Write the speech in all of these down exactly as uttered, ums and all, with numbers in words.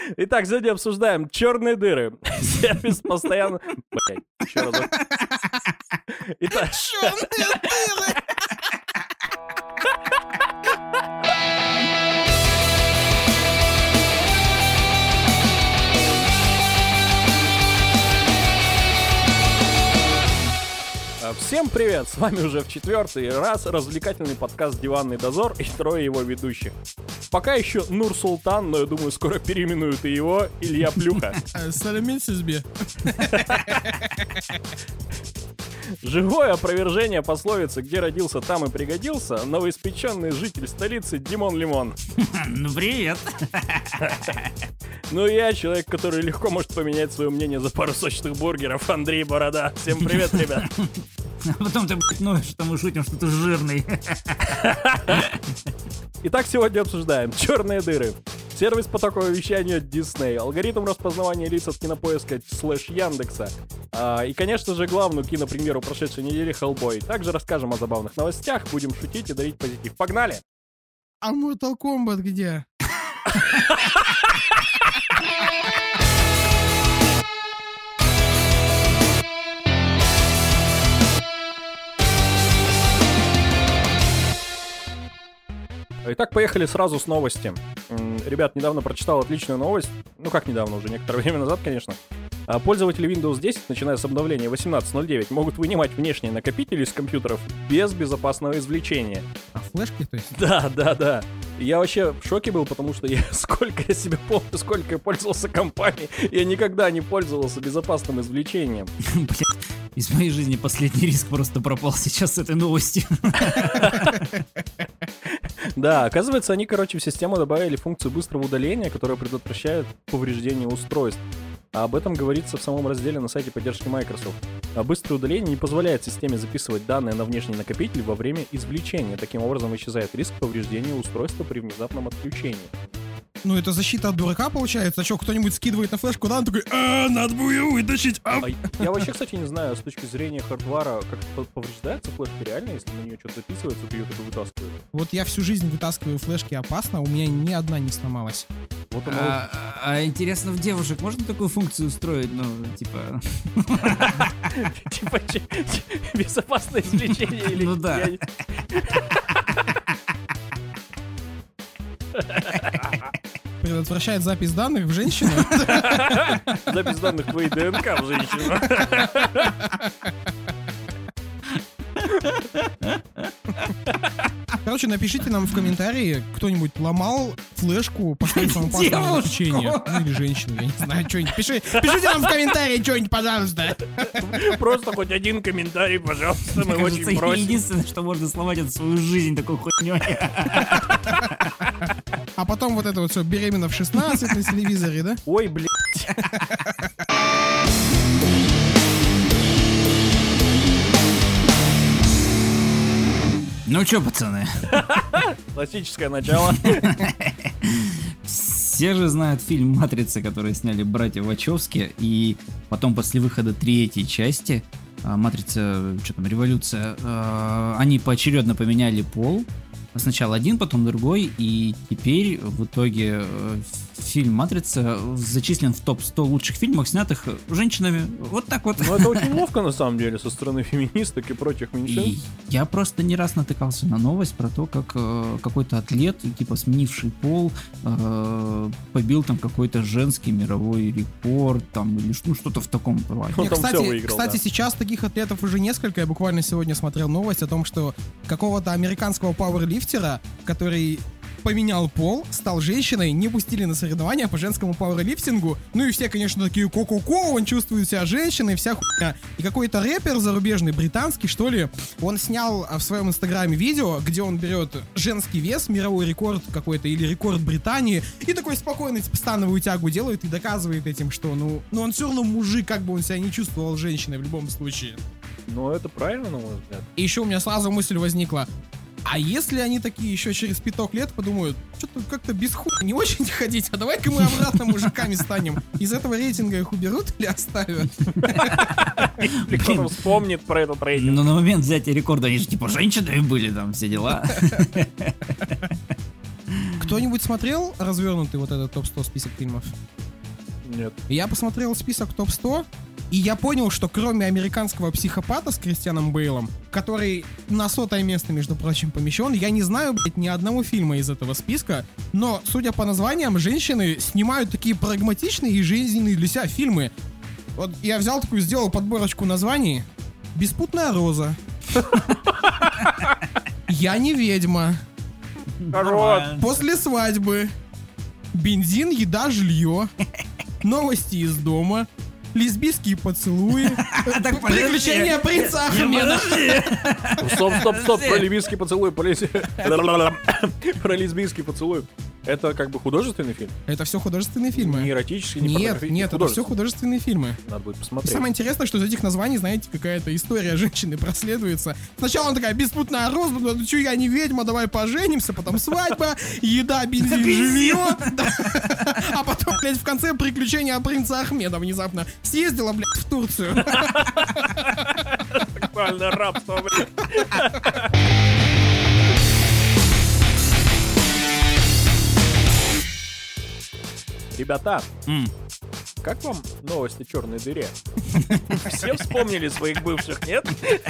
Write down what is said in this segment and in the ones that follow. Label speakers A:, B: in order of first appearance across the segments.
A: Итак, сегодня обсуждаем черные дыры. Сервис постоянно... Блять, еще разок. Итак...
B: Черные дыры!
A: Всем привет! С вами уже в четвертый раз развлекательный подкаст «Диванный дозор» и трое его ведущих. Пока еще Нур Султан, но я думаю, скоро переименуют и его, Илья Плюха.
B: Саламин Сизбе.
A: Живое опровержение пословицы «Где родился, там и пригодился» новоиспеченный житель столицы Димон Лимон.
C: Ну привет!
A: Ну и я, человек, который легко может поменять свое мнение за пару сочных бургеров, Андрей Борода. Всем привет, ребят!
C: А потом ты, ну, что мы шутим, что ты жирный.
A: Итак, сегодня обсуждаем черные дыры. Сервис потокового вещания Disney, алгоритм распознавания лиц от Кинопоиска слэш Яндекса. А, и, конечно же, главную кинопремьеру прошедшей недели Hellboy. Также расскажем о забавных новостях, будем шутить и дарить позитив. Погнали!
B: А Mortal Kombat где?
A: Итак, поехали сразу с новости. Ребят, недавно прочитал отличную новость. Ну как недавно, уже некоторое время назад, конечно. Пользователи Windows десять, начиная с обновления восемнадцать ноль девять, могут вынимать внешние накопители из компьютеров без безопасного извлечения.
B: А флешки, то есть?
A: Да, да, да. Я вообще в шоке был, потому что я сколько я себя помню, сколько я пользовался компанией, я никогда не пользовался безопасным извлечением.
C: Блин, из моей жизни последний риск просто пропал сейчас с этой новостью.
A: Да, оказывается, они, короче, в систему добавили функцию быстрого удаления, которая предотвращает повреждение устройств. А об этом говорится в самом разделе на сайте поддержки Microsoft. А быстрое удаление не позволяет системе записывать данные на внешний накопитель во время извлечения. Таким образом, исчезает риск повреждения устройства при внезапном отключении.
B: Ну, это защита от дурака, получается. А что, кто-нибудь скидывает на флешку, да, он такой, а, надо бы ее вытащить. А.
A: А я вообще, кстати, не знаю, с точки зрения хардвара, как повреждается флешка реально, если на нее что-то записывается, то ее только вытаскивают.
B: Вот я всю жизнь вытаскиваю флешки опасно, у меня ни одна не сломалась.
A: Вот оно
C: А, а интересно, в девушек можно такую функцию устроить? Ну, типа...
A: Типа, безопасное извлечение или...
C: Ну да.
B: Предотвращает запись данных в женщину.
A: Запись данных твоей ДНК в женщину.
B: Короче, напишите нам в комментарии, кто-нибудь ломал флешку посредством опасного излучения. Ну или женщину, я не знаю, что-нибудь. Пиши, пишите нам в комментарии что-нибудь, пожалуйста.
A: Просто хоть один комментарий, пожалуйста, мы
C: Мне
A: очень
C: кажется,
A: просим.
C: единственное, что можно сломать, это свою жизнь такой хуйней.
B: А потом вот это вот все, беременна в шестнадцать на телевизоре, да?
A: Ой, блядь.
C: Ну чё, пацаны?
A: Классическое начало.
C: Все же знают фильм «Матрица», который сняли братья Вачовски, и потом после выхода третьей части «Матрица», что там, «Революция», они поочередно поменяли пол. Сначала один, потом другой, и теперь в итоге фильм «Матрица» зачислен в топ сто лучших фильмов, снятых женщинами. Вот так вот.
A: Ну это очень ловко на самом деле со стороны феминисток и прочих меньшинств.
C: И я просто не раз натыкался на новость про то, как э, какой-то атлет, типа сменивший пол, э, побил там какой-то женский мировой рекорд, там, или ну, что-то в таком плане.
A: Он
B: Не,
A: там
B: кстати,
A: всё выиграл,
B: кстати
A: да.
B: сейчас таких атлетов уже несколько. Я буквально сегодня смотрел новость о том, что какого-то американского пауэрлифтера, который поменял пол, стал женщиной, не пустили на соревнования по женскому пауэрлифтингу. Ну и все, конечно, такие ко-ко-ко, он чувствует себя женщиной, вся хуйня. И какой-то рэпер зарубежный, британский, что ли, он снял в своем инстаграме видео, где он берет женский вес, мировой рекорд какой-то, или рекорд Британии, и такой спокойно становую тягу делает и доказывает этим, что, ну, ну он все равно мужик, как бы он себя не чувствовал женщиной в любом случае.
A: Ну это правильно, на мой взгляд.
B: И еще у меня сразу мысль возникла, а если они такие еще через пяток лет подумают, что-то как-то без хуя не очень ходить, а давай-ка мы обратно мужиками станем. Из этого рейтинга их уберут или оставят?
A: Или кто-то вспомнит про этот рейтинг.
C: Но на момент взятия рекорда они же типа женщинами были, там все дела.
B: Кто-нибудь смотрел развернутый вот этот топ сто список фильмов?
A: Нет.
B: Я посмотрел список топ сто, и я понял, что кроме «Американского психопата» с Кристианом Бейлом, который на сотое место, между прочим, помещен, я не знаю, блядь, ни одного фильма из этого списка, но, судя по названиям, женщины снимают такие прагматичные и жизненные для себя фильмы. Вот я взял такую, сделал подборочку названий. «Беспутная роза». «Я не ведьма». «После свадьбы». «Бензин, еда, жилье». «Новости из дома». «Лесбийские поцелуи». «Приключения принца Ахмеда».
A: Стоп, стоп, стоп, про лесбийский поцелуй, про лесбийский поцелуй. Это как бы художественный фильм?
B: Это все художественные фильмы.
A: Не эротические, не
B: Нет, нет, это все художественные фильмы.
A: Надо будет посмотреть.
B: Самое интересное, что из этих названий, знаете, какая-то история женщины проследуется. Сначала она такая: «Беспутная роза», ну чё, я не ведьма, давай поженимся, потом свадьба, еда, бензин, жилье. А потом, блядь, в конце «Приключения принца Ахмеда» внезапно съездила, блядь, в Турцию.
A: Сексуальное рабство, блядь. Ребята,
C: М.
A: как вам новости о черной дыре? Все вспомнили своих бывших, нет?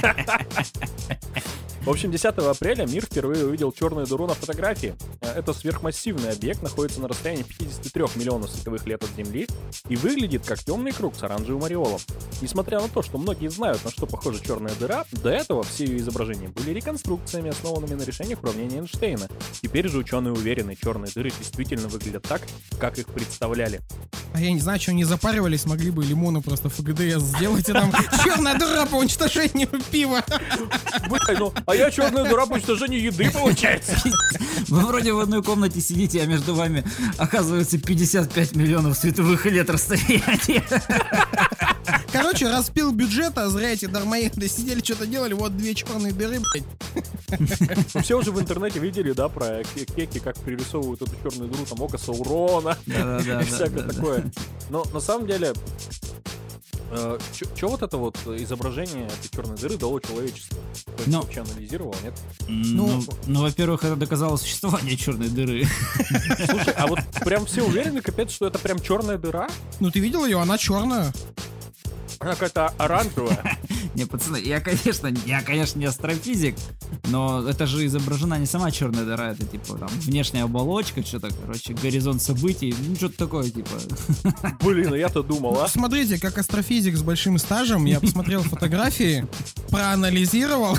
A: В общем, десятого апреля мир впервые увидел черную дыру на фотографии. Это сверхмассивный объект, находится на расстоянии пятьдесят три миллионов световых лет от Земли и выглядит как темный круг с оранжевым ореолом. Несмотря на то, что многие знают, на что похожа черная дыра, до этого все ее изображения были реконструкциями, основанными на решениях уравнения Эйнштейна. Теперь же ученые уверены, черные дыры действительно выглядят так, как их представляли.
B: А я не знаю, что они запаривались, могли бы лимону просто эф гэ дэ эс сделать, и там черная дыра по уничтожению пива.
A: Блин, ну, а я черная дыра по уничтожению еды, получается.
C: Вы вроде в одной комнате сидите, а между вами оказывается пятьдесят пять миллионов световых лет расстояния.
B: Короче, распил бюджет, а зря эти дармоеды сидели, что-то делали, вот две черные дыры, блядь.
A: Ну, все уже в интернете видели, да, про кеки, как пририсовывают эту черную дыру, там, око Саурона и всякое такое. Но на самом деле, э, что вот это вот изображение этой черной дыры дало человечеству? Кто
C: Но...
A: вообще анализировал, нет?
C: Ну, ну, ну, во-первых, это доказало существование черной дыры.
A: Слушай, а вот прям все уверены, капец, что это прям черная дыра?
B: Ну ты видел ее, она черная.
A: Она какая-то оранжевая.
C: Не, пацаны, я, конечно, я, конечно, не астрофизик, но это же изображена не сама черная дыра, это типа там внешняя оболочка, что-то, короче, горизонт событий, ну что-то такое, типа.
A: Блин, ну я-то думал, а?
B: Смотрите, как астрофизик с большим стажем, я посмотрел фотографии, проанализировал.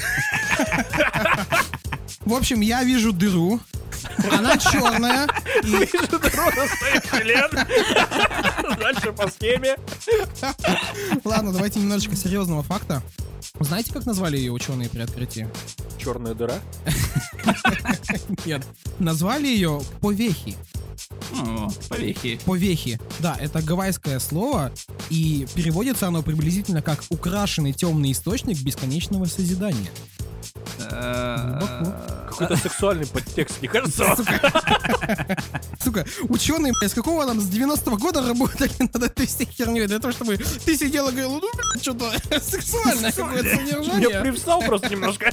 B: В общем, я вижу дыру. Она черная. И...
A: Вижу дыру на своих колен. Дальше по схеме.
B: Ладно, давайте немножечко серьезного факта. Знаете, как назвали ее ученые при открытии?
A: Черная дыра?
B: Нет. Назвали ее повехи.
C: О, повехи.
B: Повехи. Да, это гавайское слово, и переводится оно приблизительно как «украшенный темный источник бесконечного созидания».
A: Какой-то сексуальный подтекст, не кажется?
B: Сука, ученые, блядь, с какого там, с девяностого года работали над этой всей херней, для того, чтобы ты сидел и говорил, ну, блядь, что-то сексуальное какое-то содержание.
A: Я привстал просто немножко.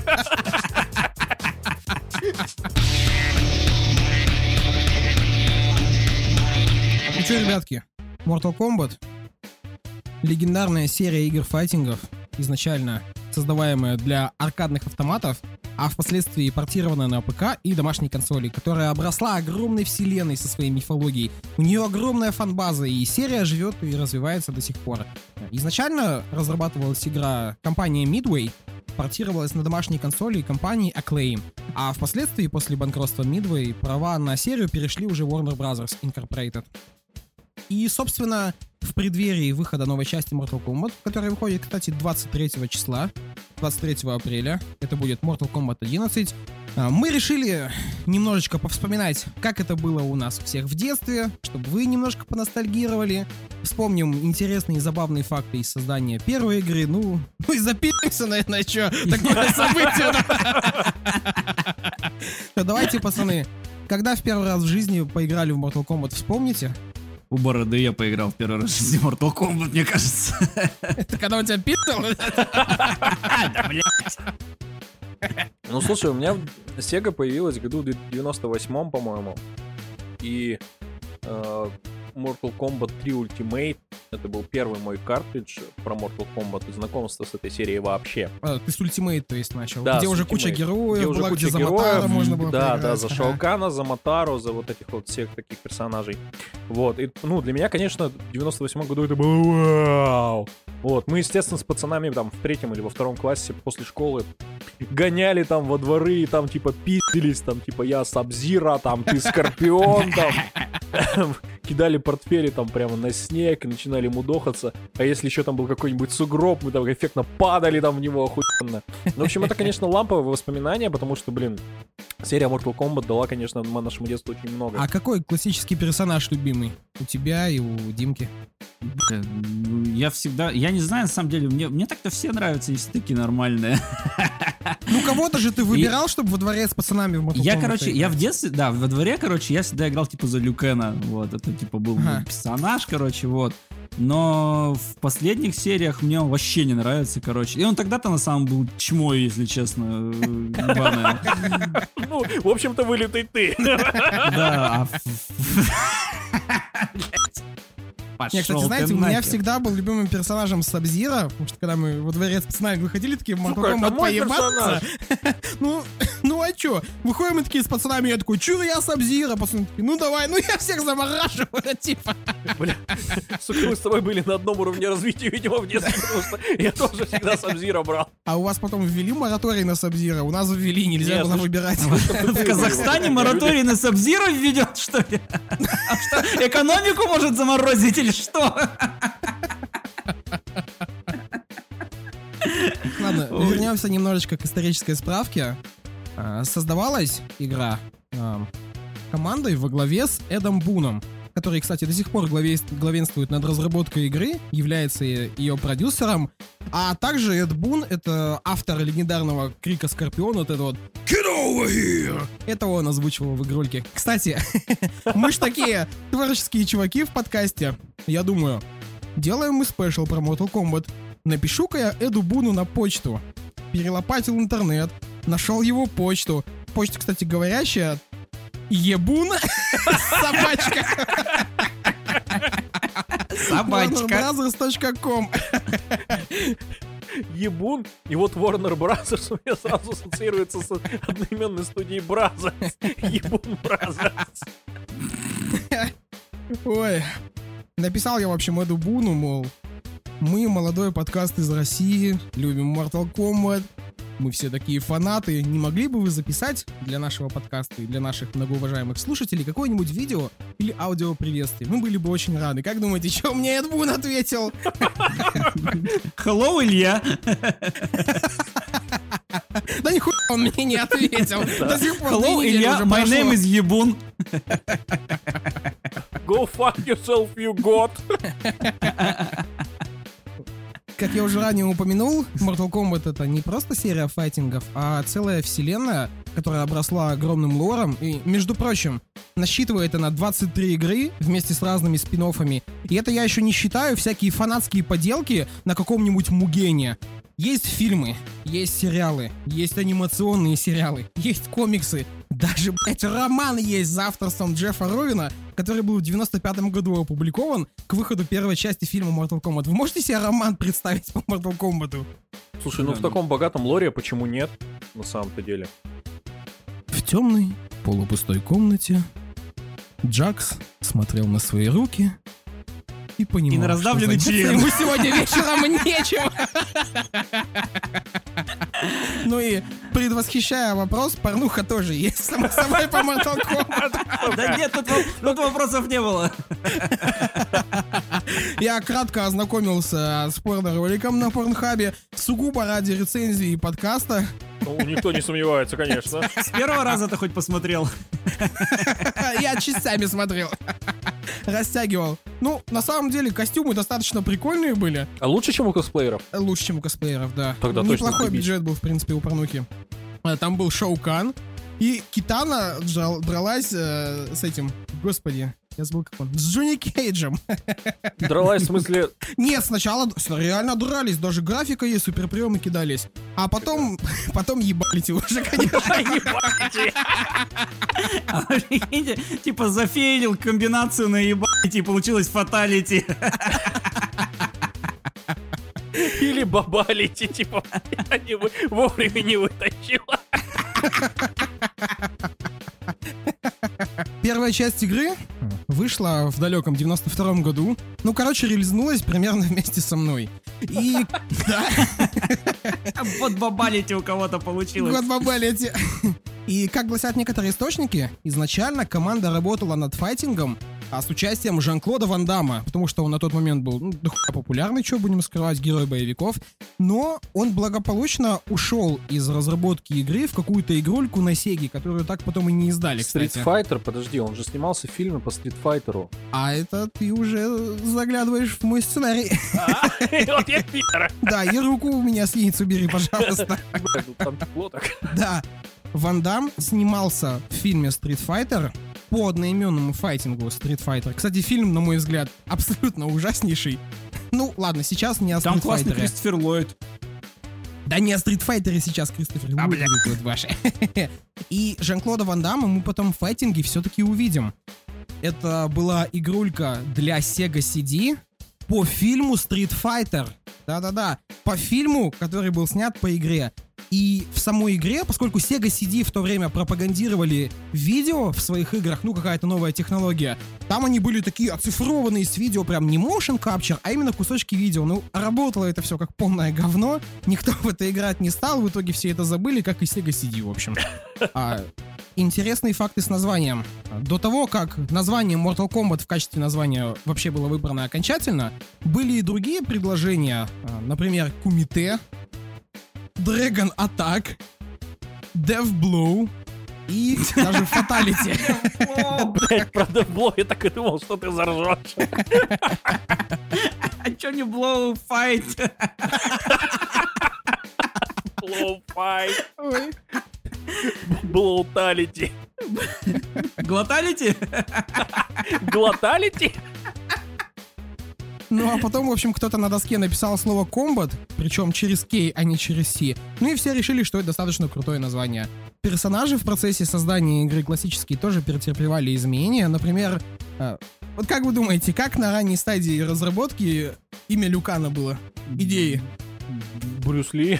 B: Ну что, ребятки, Mortal Kombat, легендарная серия игр-файтингов, изначально создаваемая для аркадных автоматов, а впоследствии портированная на ПК и домашней консоли, которая обросла огромной вселенной со своей мифологией. У нее огромная фан-база, и серия живет и развивается до сих пор. Изначально разрабатывалась игра компанией Midway, портировалась на домашней консоли компании Acclaim, а впоследствии, после банкротства Midway, права на серию перешли уже Warner Bros. Incorporated. И, собственно, в преддверии выхода новой части Mortal Kombat, которая выходит, кстати, двадцать третьего числа, двадцать третьего апреля, это будет Mortal Kombat одиннадцать, мы решили немножечко повспоминать, как это было у нас всех в детстве, чтобы вы немножко поностальгировали, вспомним интересные и забавные факты из создания первой игры, ну, ну и запилимся, наверное, что такое событие. Давайте, пацаны, когда в первый раз в жизни поиграли в Mortal Kombat, вспомните?
C: У Бороды я поиграл в первый раз в жизни Mortal Kombat, мне кажется.
B: Это когда у тебя пиздал?
C: Да, блядь.
A: Ну, слушай, у меня Sega появилась в году девяносто восьмом, по-моему. и э, Mortal Kombat три Ultimate. Это был первый мой картридж про Mortal Kombat и знакомство с этой серией вообще.
B: А, ты с Ultimate, то есть, начал?
A: Да,
B: где уже
A: Ultimate.
B: куча героев
A: где уже
B: была,
A: куча
B: где
A: героев,
B: за Матара можно было
A: Да,
B: поиграть.
A: да, за
B: Ага.
A: Шао Кана, за Матару, за вот этих вот всех таких персонажей. Вот, и, ну, для меня, конечно, в девяносто восьмом году это было вау! Вот, мы, естественно, с пацанами там в третьем или во втором классе после школы гоняли там во дворы, и там, типа, пиздились, там, типа, я Саб-Зиро, там, ты Скорпион, там, кидали портфели там прямо на снег и начинали мудохаться, а если еще там был какой-нибудь сугроб, мы там эффектно падали там в него охуенно. Ну, в общем, это, конечно, ламповое воспоминание, потому что, блин, серия Mortal Kombat дала, конечно, нашему детству очень много.
B: А какой классический персонаж любимый? У тебя и у Димки?
C: Бля, ну, Я всегда, я не знаю, на самом деле, мне, мне так-то все нравятся, если такие нормальные.
B: Ну, кого-то же ты выбирал, чтобы во дворе с пацанами в Mortal
C: Я,
B: Kombat
C: короче,
B: играть?
C: я в детстве, да, во дворе, короче, я всегда играл, типа, за Люкена, вот, это, типа, был
B: Ага.
C: мой персонаж, короче, вот. Но в последних сериях мне он вообще не нравится, короче. И он тогда-то, на самом деле, был чмой, если честно, ебаная.
A: Ну, в общем-то, вылитый ты.
C: Да, а...
B: Не, кстати, знаете, у меня всегда был любимым персонажем Саб-Зиро, потому что когда мы во дворе с пацанами выходили, такие в Mortal
A: Сука, это
B: Kombat
A: мой
B: поебаться. Ну, ну а чё? Выходим мы такие с пацанами, я такой, чё я Саб-Зиро? Пацаны такие, ну давай, ну я всех замораживаю, типа.
A: Бля, сука, мы с тобой были на одном уровне развития, видимо, в детстве, потому что я тоже всегда Саб-Зиро брал.
B: А у вас потом ввели мораторий на Саб-Зиро? У нас ввели, нельзя
A: Нет,
B: было
A: слушай,
B: выбирать.
C: В Казахстане мораторий на Саб-Зиро введет, что ли? А что, экономику может заморозить или что?
B: Ладно,
C: Ой.
B: вернемся немножечко к исторической справке. А, Создавалась игра а, командой во главе с Эдом Буном, который, кстати, до сих пор главе- главенствует над разработкой игры, является ее продюсером. А также Эд Бун — это автор легендарного крика Скорпиона, вот это вот «Get over here!» Это он озвучивал в игрульке. Кстати, мы ж такие творческие чуваки в подкасте. Я думаю, делаем мы спешл про Mortal Kombat. Напишу-ка я Эду Буну на почту. Перелопатил интернет, нашел его почту. Почта, кстати, говорящая. Ебун. Собачка.
C: Собачка.
B: warner brothers точка ком.
A: Ебун, и вот Warner Brothers у меня сразу ассоциируется с одноименной студией Brothers. Ебун Brothers.
B: Ой. Написал я, в общем, Эду Буну, мол, мы молодой подкаст из России, любим Mortal Kombat, мы все такие фанаты, не могли бы вы записать для нашего подкаста и для наших многоуважаемых слушателей какое-нибудь видео или аудио приветствие? Мы были бы очень рады. Как думаете, что мне Эд Бун ответил?
C: Hello, Илья.
B: Да нихуя он мне не ответил. До сих пор
C: Hello,
B: две недели
C: Илья.
B: уже
C: My
B: прошло.
C: name is Ебун.
A: Go fuck yourself, you god.
B: Как я уже ранее упомянул, Mortal Kombat — это не просто серия файтингов, а целая вселенная, которая обросла огромным лором. И, между прочим, насчитывает она двадцать три игры вместе с разными спин-оффами. И это я еще не считаю всякие фанатские поделки на каком-нибудь Мугене. Есть фильмы, есть сериалы, есть анимационные сериалы, есть комиксы. Даже, блять, роман есть за авторством Джеффа Ровина, который был в девяносто пятом году опубликован к выходу первой части фильма Mortal Kombat. Вы можете себе роман представить по Mortal Kombat?
A: Слушай, ну в таком богатом лоре почему нет, на самом-то деле?
B: В темной, полупустой комнате Джакс смотрел на свои руки и понимал,
C: И на раздавленный
B: что
C: член.
B: заняться ему сегодня вечером нечем. Ну и, предвосхищая вопрос, порнуха тоже есть, само собой, по Mortal Kombat.
C: Да нет, тут, воп- тут вопросов не было.
B: Я кратко ознакомился с порно-роликом на Порнхабе, сугубо ради рецензии и подкаста.
A: Ну, никто не сомневается, конечно.
C: С первого раза ты хоть посмотрел?
B: Я частями смотрел. Растягивал. Ну, на самом деле, костюмы достаточно прикольные были.
A: А лучше, чем у косплееров?
B: Лучше, чем у косплееров, да.
A: Тогда точно
B: Неплохой
A: заебись.
B: бюджет был, в принципе, у порнухи. А, Там был Шоу Кан. И Китана джал- дралась э, с этим, господи, Я забыл, как он. С Джонни Кейджем.
A: Дралась, в смысле...
B: Нет, сначала реально дрались, даже графика есть, суперприемы кидались. А потом, потом ебалите уже, конечно.
C: А прикиньте, типа зафейлил комбинацию на ебалите и получилось фаталити.
A: Или бабалити, типа, я не вы- вовремя не вытащила.
B: Первая часть игры вышла в далеком девяносто втором году. Ну, короче, релизнулась примерно вместе со мной. И... Да.
C: Вот бабалити у кого-то получилось.
B: Год бабалити. И, как гласят некоторые источники, изначально команда работала над файтингом а с участием Жан-Клода Ван Дамма, потому что он на тот момент был ну, дохуя популярный, что будем скрывать, герой боевиков. Но он благополучно ушел из разработки игры в какую-то игрульку на Сеге, которую так потом и не издали, кстати.
A: Street Fighter, подожди, он же снимался в фильме по Street Fighter.
B: А это ты уже заглядываешь в мой сценарий.
A: Вот я пидор.
B: Да, и руку у меня с яиц убери, пожалуйста.
A: Там тепло так.
B: Да. Ван Дамм снимался в фильме Street Fighter по одноименному файтингу Street Fighter. Кстати, фильм, на мой взгляд, абсолютно ужаснейший. Ну, ладно, сейчас не о
C: Там
B: Street
C: классный
B: Fighter.
C: Кристофер Ллойд.
B: Да не о Street Fighter сейчас, Кристофер
C: А,
B: Ллойд
C: бля.
B: будет ваши. И Жан-Клода Ван Дамма мы потом в файтинге все-таки увидим. Это была игрулька для Sega си ди по фильму Street Fighter. Да-да-да, по фильму, который был снят по игре. И в самой игре, поскольку Sega си ди в то время пропагандировали видео в своих играх, ну какая-то новая технология, там они были такие оцифрованные с видео, прям не motion capture, а именно кусочки видео. Ну, работало это все как полное говно, никто в это играть не стал, в итоге все это забыли, как и Sega си ди, в общем. А, интересные факты с названием. До того, как название Mortal Kombat в качестве названия вообще было выбрано окончательно, были и другие предложения, а, например, Кумите, Dragon Attack, Death Blow и даже Fatality.
A: Блять, про Deathblow я так и думал, что ты заржешь.
C: А чё не Blow Fight?
A: Blow fight.
B: Ой.
A: Блоуталити.
C: Глоталити?
A: Глоталити?
B: Ну а потом, в общем, кто-то на доске написал слово Combat, причем через K, а не через C. Ну и все решили, что это достаточно крутое название. Персонажи в процессе создания игры классические тоже претерпевали изменения. Например, э, вот как вы думаете, как на ранней стадии разработки имя Люкана было? Идеи.
A: Брюс Ли.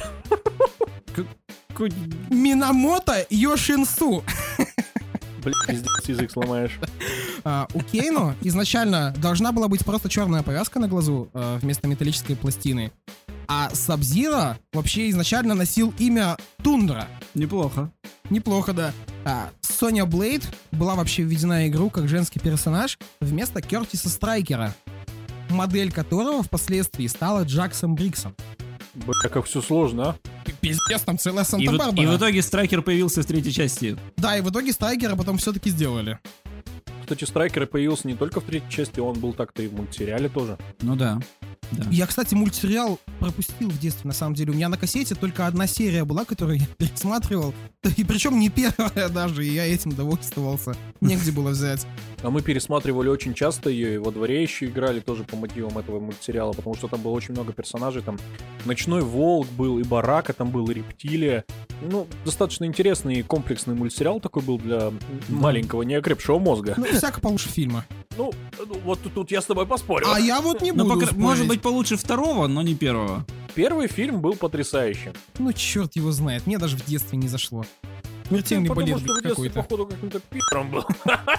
B: Минамото Йошинсу.
A: Блять, пиздец, язык сломаешь.
B: А, у Кейно изначально должна была быть просто черная повязка на глазу а, вместо металлической пластины. А Сабзиро вообще изначально носил имя Тундра.
C: Неплохо.
B: Неплохо, да. А, Соня Блейд была вообще введена в игру как женский персонаж вместо Кертиса Страйкера, модель которого впоследствии стала Джаксом Бриксом.
A: Бля, как все сложно, а?
B: Пиздец, там целая
C: И в,
B: Санта-Барбара.
C: и в итоге Страйкер появился в третьей части.
B: Да, и в итоге Страйкера потом все-таки сделали.
A: Кстати, Страйкер появился не только в третьей части, он был так-то и в мультсериале тоже.
C: Ну да. Да.
B: Я, кстати, мультсериал пропустил в детстве, на самом деле. У меня на кассете только одна серия была, которую я пересматривал. И причем не первая даже, и я этим довольствовался. Негде было взять.
A: А мы пересматривали очень часто ее, и во дворе еще играли тоже по мотивам этого мультсериала, потому что там было очень много персонажей, там Ночной Волк был, и Барака там был, и Рептилия. Ну, достаточно интересный и комплексный мультсериал такой был для маленького неокрепшего мозга.
B: Ну, всяко получше фильма.
A: Ну, ну, вот тут, тут я с тобой поспорю.
B: А я вот не
C: Ну,
B: буду
C: покра-
B: спорить.
C: может быть, получше второго, но не первого.
A: Первый фильм был потрясающим.
B: Ну, черт его знает. Мне даже в детстве не зашло. Смертельный
A: Потому
B: балет
A: что в детстве,
B: какой-то.
A: походу, каким-то пи***ром был.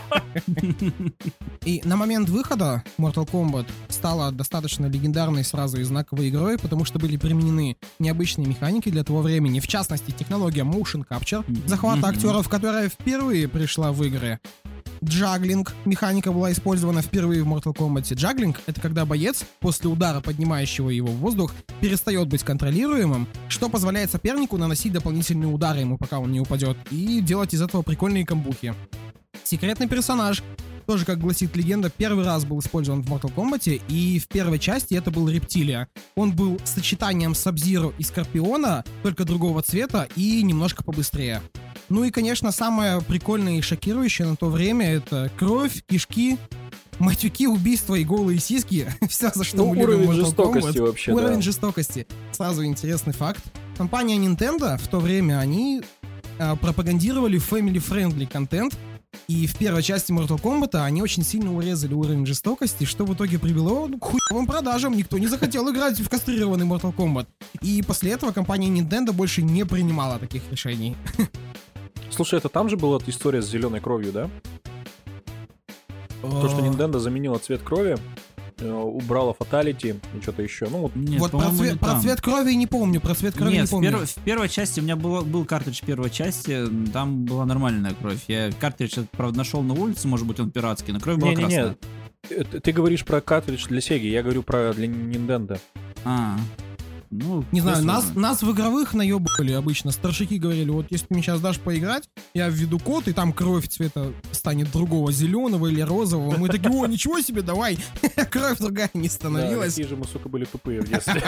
B: И на момент выхода Mortal Kombat стала достаточно легендарной сразу и знаковой игрой, потому что были применены необычные механики для того времени, в частности, технология Motion Capture, захвата актеров, которая впервые пришла в игры. Джаглинг. Механика была использована впервые в Mortal Kombat. Джаглинг — это когда боец, после удара, поднимающего его в воздух, перестает быть контролируемым, что позволяет сопернику наносить дополнительные удары ему, пока он не упадет, и делать из этого прикольные камбухи. Секретный персонаж. Тоже, как гласит легенда, первый раз был использован в Mortal Kombat, и в первой части это был Рептилия. Он был сочетанием Сабзиро и Скорпиона, только другого цвета и немножко побыстрее. Ну и, конечно, самое прикольное и шокирующее на то время — это кровь, кишки матюки, убийства и голые сиськи. Все, за что
A: Ну,
B: мы любим
A: уровень
B: Mortal
A: жестокости
B: Kombat.
A: вообще,
B: Уровень
A: да.
B: жестокости. Сразу интересный факт. Компания Nintendo в то время, они а, пропагандировали family-friendly контент. И в первой части Mortal Kombat они очень сильно урезали уровень жестокости, что в итоге привело ну, к хуевым продажам. Никто не захотел играть в кастрированный Mortal Kombat. И после этого компания Nintendo больше не принимала таких решений.
A: Слушай, это там же была история с зеленой кровью, да? То, что Nintendo заменила цвет крови, э, убрала фаталити и что-то еще. Ну, вот
C: Нет,
B: Вот про
C: по-моему,
B: цвет,
C: не
B: про
C: там.
B: цвет крови не помню, про цвет крови
C: Нет,
B: не
C: в,
B: помню.
C: перв- в первой части у меня было, был картридж первой части, там была нормальная кровь. Я картридж, этот, правда, нашел на улице, может быть, он пиратский, но кровь была красная.
A: Не-не-не, ты, ты говоришь про картридж для Sega, я говорю про для Nintendo.
C: А, ну,
B: Не знаю, нас,
C: возможно.
B: нас в игровых наебали обычно. Старшики говорили, вот если ты мне сейчас дашь поиграть, я введу код, и там кровь цвета станет другого, зеленого или розового. Мы такие, о, ничего себе, давай. Кровь другая не
A: Да,
B: становилась.
A: какие же мы, сука, были тупые в детстве.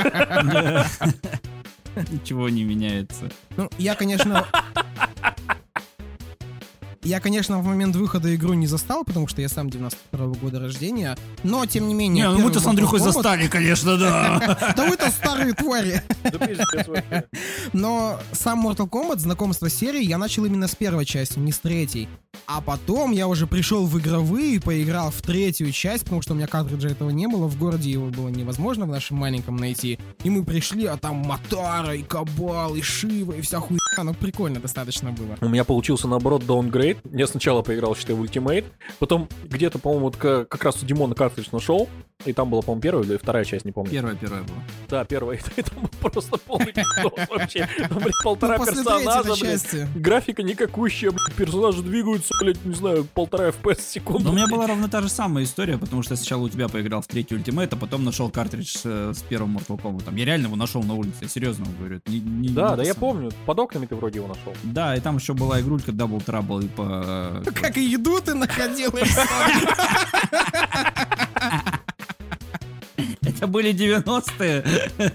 C: Ничего не меняется.
B: Ну, я, конечно... Я, конечно, в момент выхода игру не застал, потому что я сам девяносто второго года рождения, но, тем не менее...
C: Не, ну
B: первый
C: мы-то с
B: Mortal
C: Андрюхой
B: Kombat-
C: застали, конечно, да.
B: Да вы-то старые твари.
A: Да пиздец вообще.
B: Но сам Mortal Kombat, знакомство с серией, я начал именно с первой части, не с третьей. А потом я уже пришел в игровые и поиграл в третью часть, потому что у меня картриджа этого не было, в городе его было невозможно в нашем маленьком найти. И мы пришли, а там Матара, и Кабал, и Шива, и вся хуйня. Ну, прикольно достаточно было.
A: У меня получился, наоборот, даунгрейд. Я сначала поиграл, считай, в Ultimate, потом где-то, по-моему, вот ка- как раз у Димона картридж нашел, и там была, по-моему, первая или вторая часть, не помню.
C: Первая, первая была.
A: Да, первая. И там был просто полный пиздос вообще. Там, блядь, полтора
B: Ну, после
A: персонажа,
B: третьей
A: блядь.
B: части.
A: Графика никакущая, блядь, персонажи двигаются, блядь, не знаю, полтора эф пи эс в секунду.
C: Но у меня была ровно та же самая история, потому что я сначала у тебя поиграл в третий Ultimate, а потом нашел картридж с, с первым Mortal Kombat. Я реально его нашел на улице, я серьезно вам говорю. это не- не-
A: Да,
C: не
A: да,
C: то
A: я
C: самое.
A: помню. Под окнами ты вроде его нашел.
C: Да, и там еще была игрулька Double Trouble и по...
B: Как и еду ты находил.
C: Это были девяностые.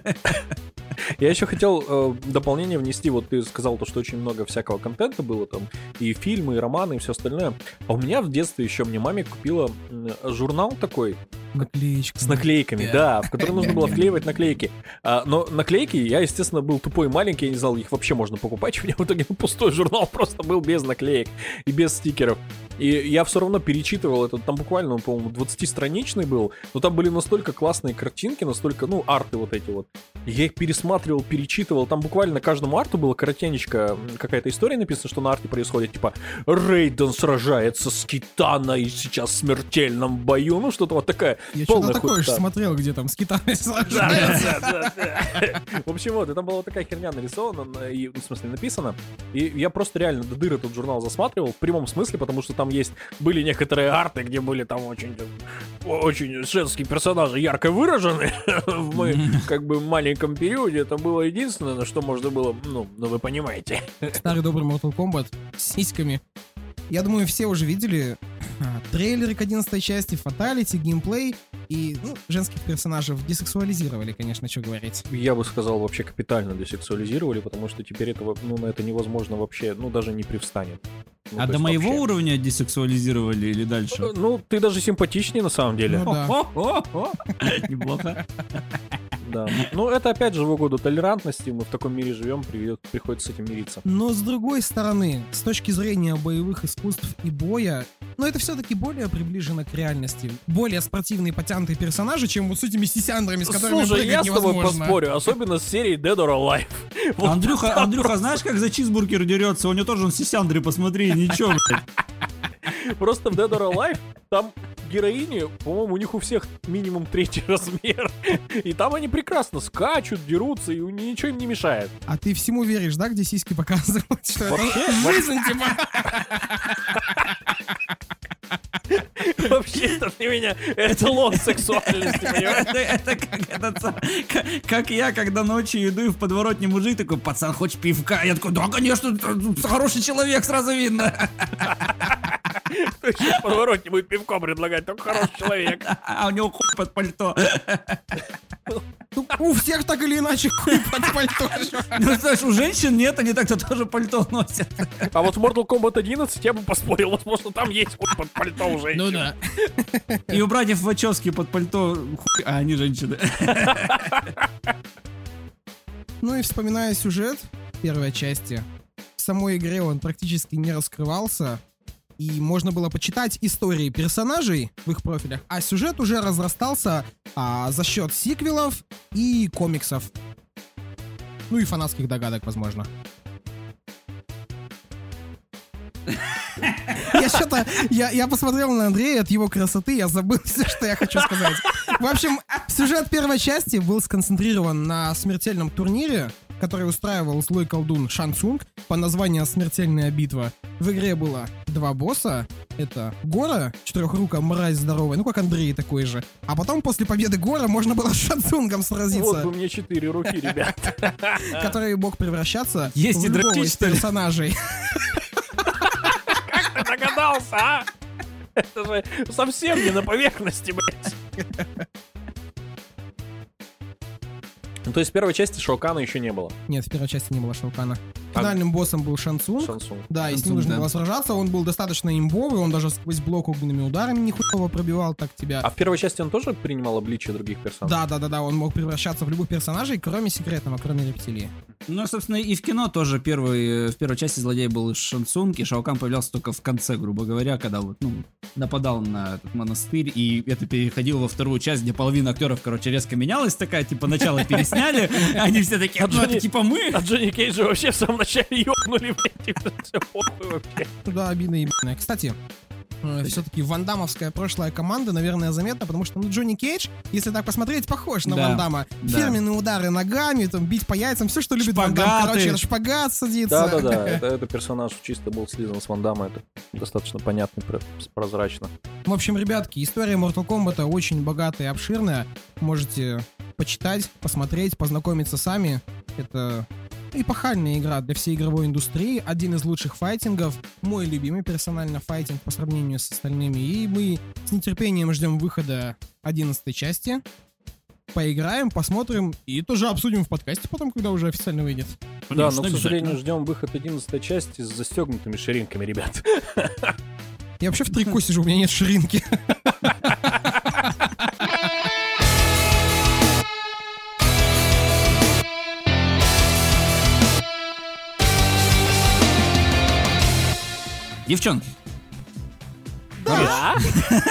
A: Я еще хотел э, дополнение внести. Вот ты сказал то, что очень много всякого контента было там, и фильмы, и романы, и все остальное. А у меня в детстве еще мне маме купила м, журнал такой
B: Наклеечка.
A: с наклейками, да, в который нужно было вклеивать наклейки. А, но наклейки, я, естественно, был тупой и маленький, я не знал, их вообще можно покупать. У меня в итоге ну, пустой журнал просто был без наклеек и без стикеров. И я все равно перечитывал этот, там буквально, он, по-моему, двадцатистраничный был, но там были настолько классные картинки, настолько, ну, арты вот эти вот. И я их пересматривал, перечитывал, там буквально каждому арту было коротенечко какая-то история написана, что на арте происходит, типа, Рейден сражается с Китаной сейчас в смертельном бою, ну, что-то вот такая.
B: Я что-то
A: полная
B: такое же
A: хуета.
B: смотрел, где там с китами
A: Да,
B: сражаются.
A: да, да, да. В общем, вот, и там была вот такая херня нарисована, на- и, в смысле, написана. И я просто реально до дыр этот журнал засматривал, в прямом смысле, потому что там есть, были некоторые арты, где были там очень, очень женские персонажи ярко выражены в моем, как бы, маленьком периоде. Это было единственное, на что можно было, ну, ну вы понимаете.
B: Старый добрый Mortal Kombat с сиськами. Я думаю, все уже видели а, трейлеры к одиннадцатой части, фаталити, геймплей. И, ну, женских персонажей десексуализировали, конечно, что говорить.
A: Я бы сказал, вообще капитально десексуализировали, потому что теперь этого, ну, на это невозможно вообще, ну, даже не привстанет. Ну,
C: А
A: то
C: до
A: есть
C: моего
A: вообще.
C: уровня десексуализировали или дальше?
A: Ну, ты даже симпатичнее на самом деле.
B: Ну, да.
C: О-о-о-о. Неплохо.
A: Да. Ну, это опять же в угоду толерантности. Мы в таком мире живем, при- приходится с этим мириться.
B: Но с другой стороны, с точки зрения боевых искусств и боя, но это все-таки более приближено к реальности. Более спортивные, потянутые персонажи, чем вот с этими сисяндрами, с которыми
A: Слушай,
B: прыгать
A: я с тобой
B: невозможно.
A: поспорю, особенно с серией Dead or Alive. Вот
C: Андрюха,
A: там
C: Андрюха, знаешь, как за чизбургер дерется? У него тоже он сисяндры, посмотри, ничего, блядь.
A: Просто в Dead or Alive там героини, по-моему, у них у всех минимум третий размер. И там они прекрасно скачут, дерутся, и ничего им не мешает.
B: А ты всему веришь, да, где сиськи показывают? Что
A: Вообще,
B: это жизнь, типа?
A: Вообще-то для меня эталон сексуальности, понимаешь?
C: Это, это как, этот сам- как, как я, когда ночью иду и в подворотне мужик такой, пацан, хочешь пивка? Я такой, да, конечно, хороший человек, сразу видно.
A: Сейчас в подворотне будет пивко предлагать, только хороший человек.
C: А у него хуй под пальто.
B: Ну, У всех так или иначе хуй под пальто.
C: Ну, знаешь, у женщин нет, они так-то тоже пальто носят.
A: А вот в Mortal Kombat одиннадцать я бы поспорил, возможно, там есть хуй под пальто у женщин.
B: Ну да.
C: И у братьев Вачовски под пальто хуй, а они женщины.
B: Ну и вспоминая сюжет первой части, в самой игре он практически не раскрывался, и можно было почитать истории персонажей в их профилях, а сюжет уже разрастался а, за счет сиквелов и комиксов. Ну и фанатских догадок, возможно. Я что-то... Я, я посмотрел на Андрея, от его красоты я забыл все, что я хочу сказать. В общем, сюжет первой части был сконцентрирован на смертельном турнире, который устраивал злой колдун Шан Цунг по названию «Смертельная битва». В игре было два босса. Это Гора, четырехрука мразь здоровая, ну как Андрей такой же. А потом после победы Гора можно было с Шан Цунгом сразиться.
A: Вот бы мне четыре руки, ребят.
B: Который мог превращаться
C: Есть
B: в
C: и
B: любого
C: дрочить,
B: из
C: что ли?
B: персонажей.
A: Ты догадался, а? Это же совсем не на поверхности, блядь. Ну, то есть в первой части Шоукана еще не было.
B: Нет, в первой части не было Шаукана. Финальным боссом был Шан Цунг.
A: Шансун.
B: Да, и с
C: Шан
B: ним нужно
C: Цунг, да.
B: было сражаться. Он был достаточно имбовый, он даже сквозь блок огненными ударами нихуево пробивал так тебя.
A: А в первой части он тоже принимал обличие других персонажей?
B: Да, да, да, да, он мог превращаться в любых персонажей, кроме секретного, кроме рептилии.
C: Ну, собственно, и в кино тоже первый, в первой части злодей был Шан Цунг, и Шао Кан появлялся только в конце, грубо говоря, когда вот, ну, нападал на этот монастырь, и это переходило во вторую часть, где половина актеров, короче, резко менялась такая, типа, начало пересняли, они все такие, ну, это типа мы.
A: А Джонни Кейджа вообще в самом начале ёбнули, блядь, типа, все похуй вообще.
B: Да, обидно ебаное. Кстати, э, все-таки вандамовская прошлая команда, наверное, заметна, потому что, ну, Джонни Кейдж, если так посмотреть, похож на
C: Да,
B: Ван Дамма.
C: да.
B: Фирменные удары ногами, там, бить по яйцам, все, что любит Ван Дамм.
C: Шпагаты.
B: Короче, на шпагат садится.
A: Да-да-да, это, это персонаж чисто был слизан с Ван Дамма, это достаточно понятно, про- прозрачно.
B: В общем, ребятки, история Mortal Kombat очень богатая и обширная. Можете почитать, посмотреть, познакомиться сами. Это эпохальная игра для всей игровой индустрии. Один из лучших файтингов. Мой любимый персонально файтинг по сравнению с остальными. И мы с нетерпением ждем выхода одиннадцатой части. Поиграем, посмотрим и тоже обсудим в подкасте потом, когда уже официально выйдет.
A: Да, но, к сожалению, ждем выход одиннадцатой части с застегнутыми ширинками, ребят.
B: Я вообще в трико сижу, у меня нет ширинки.
C: Девчонки,
A: Да?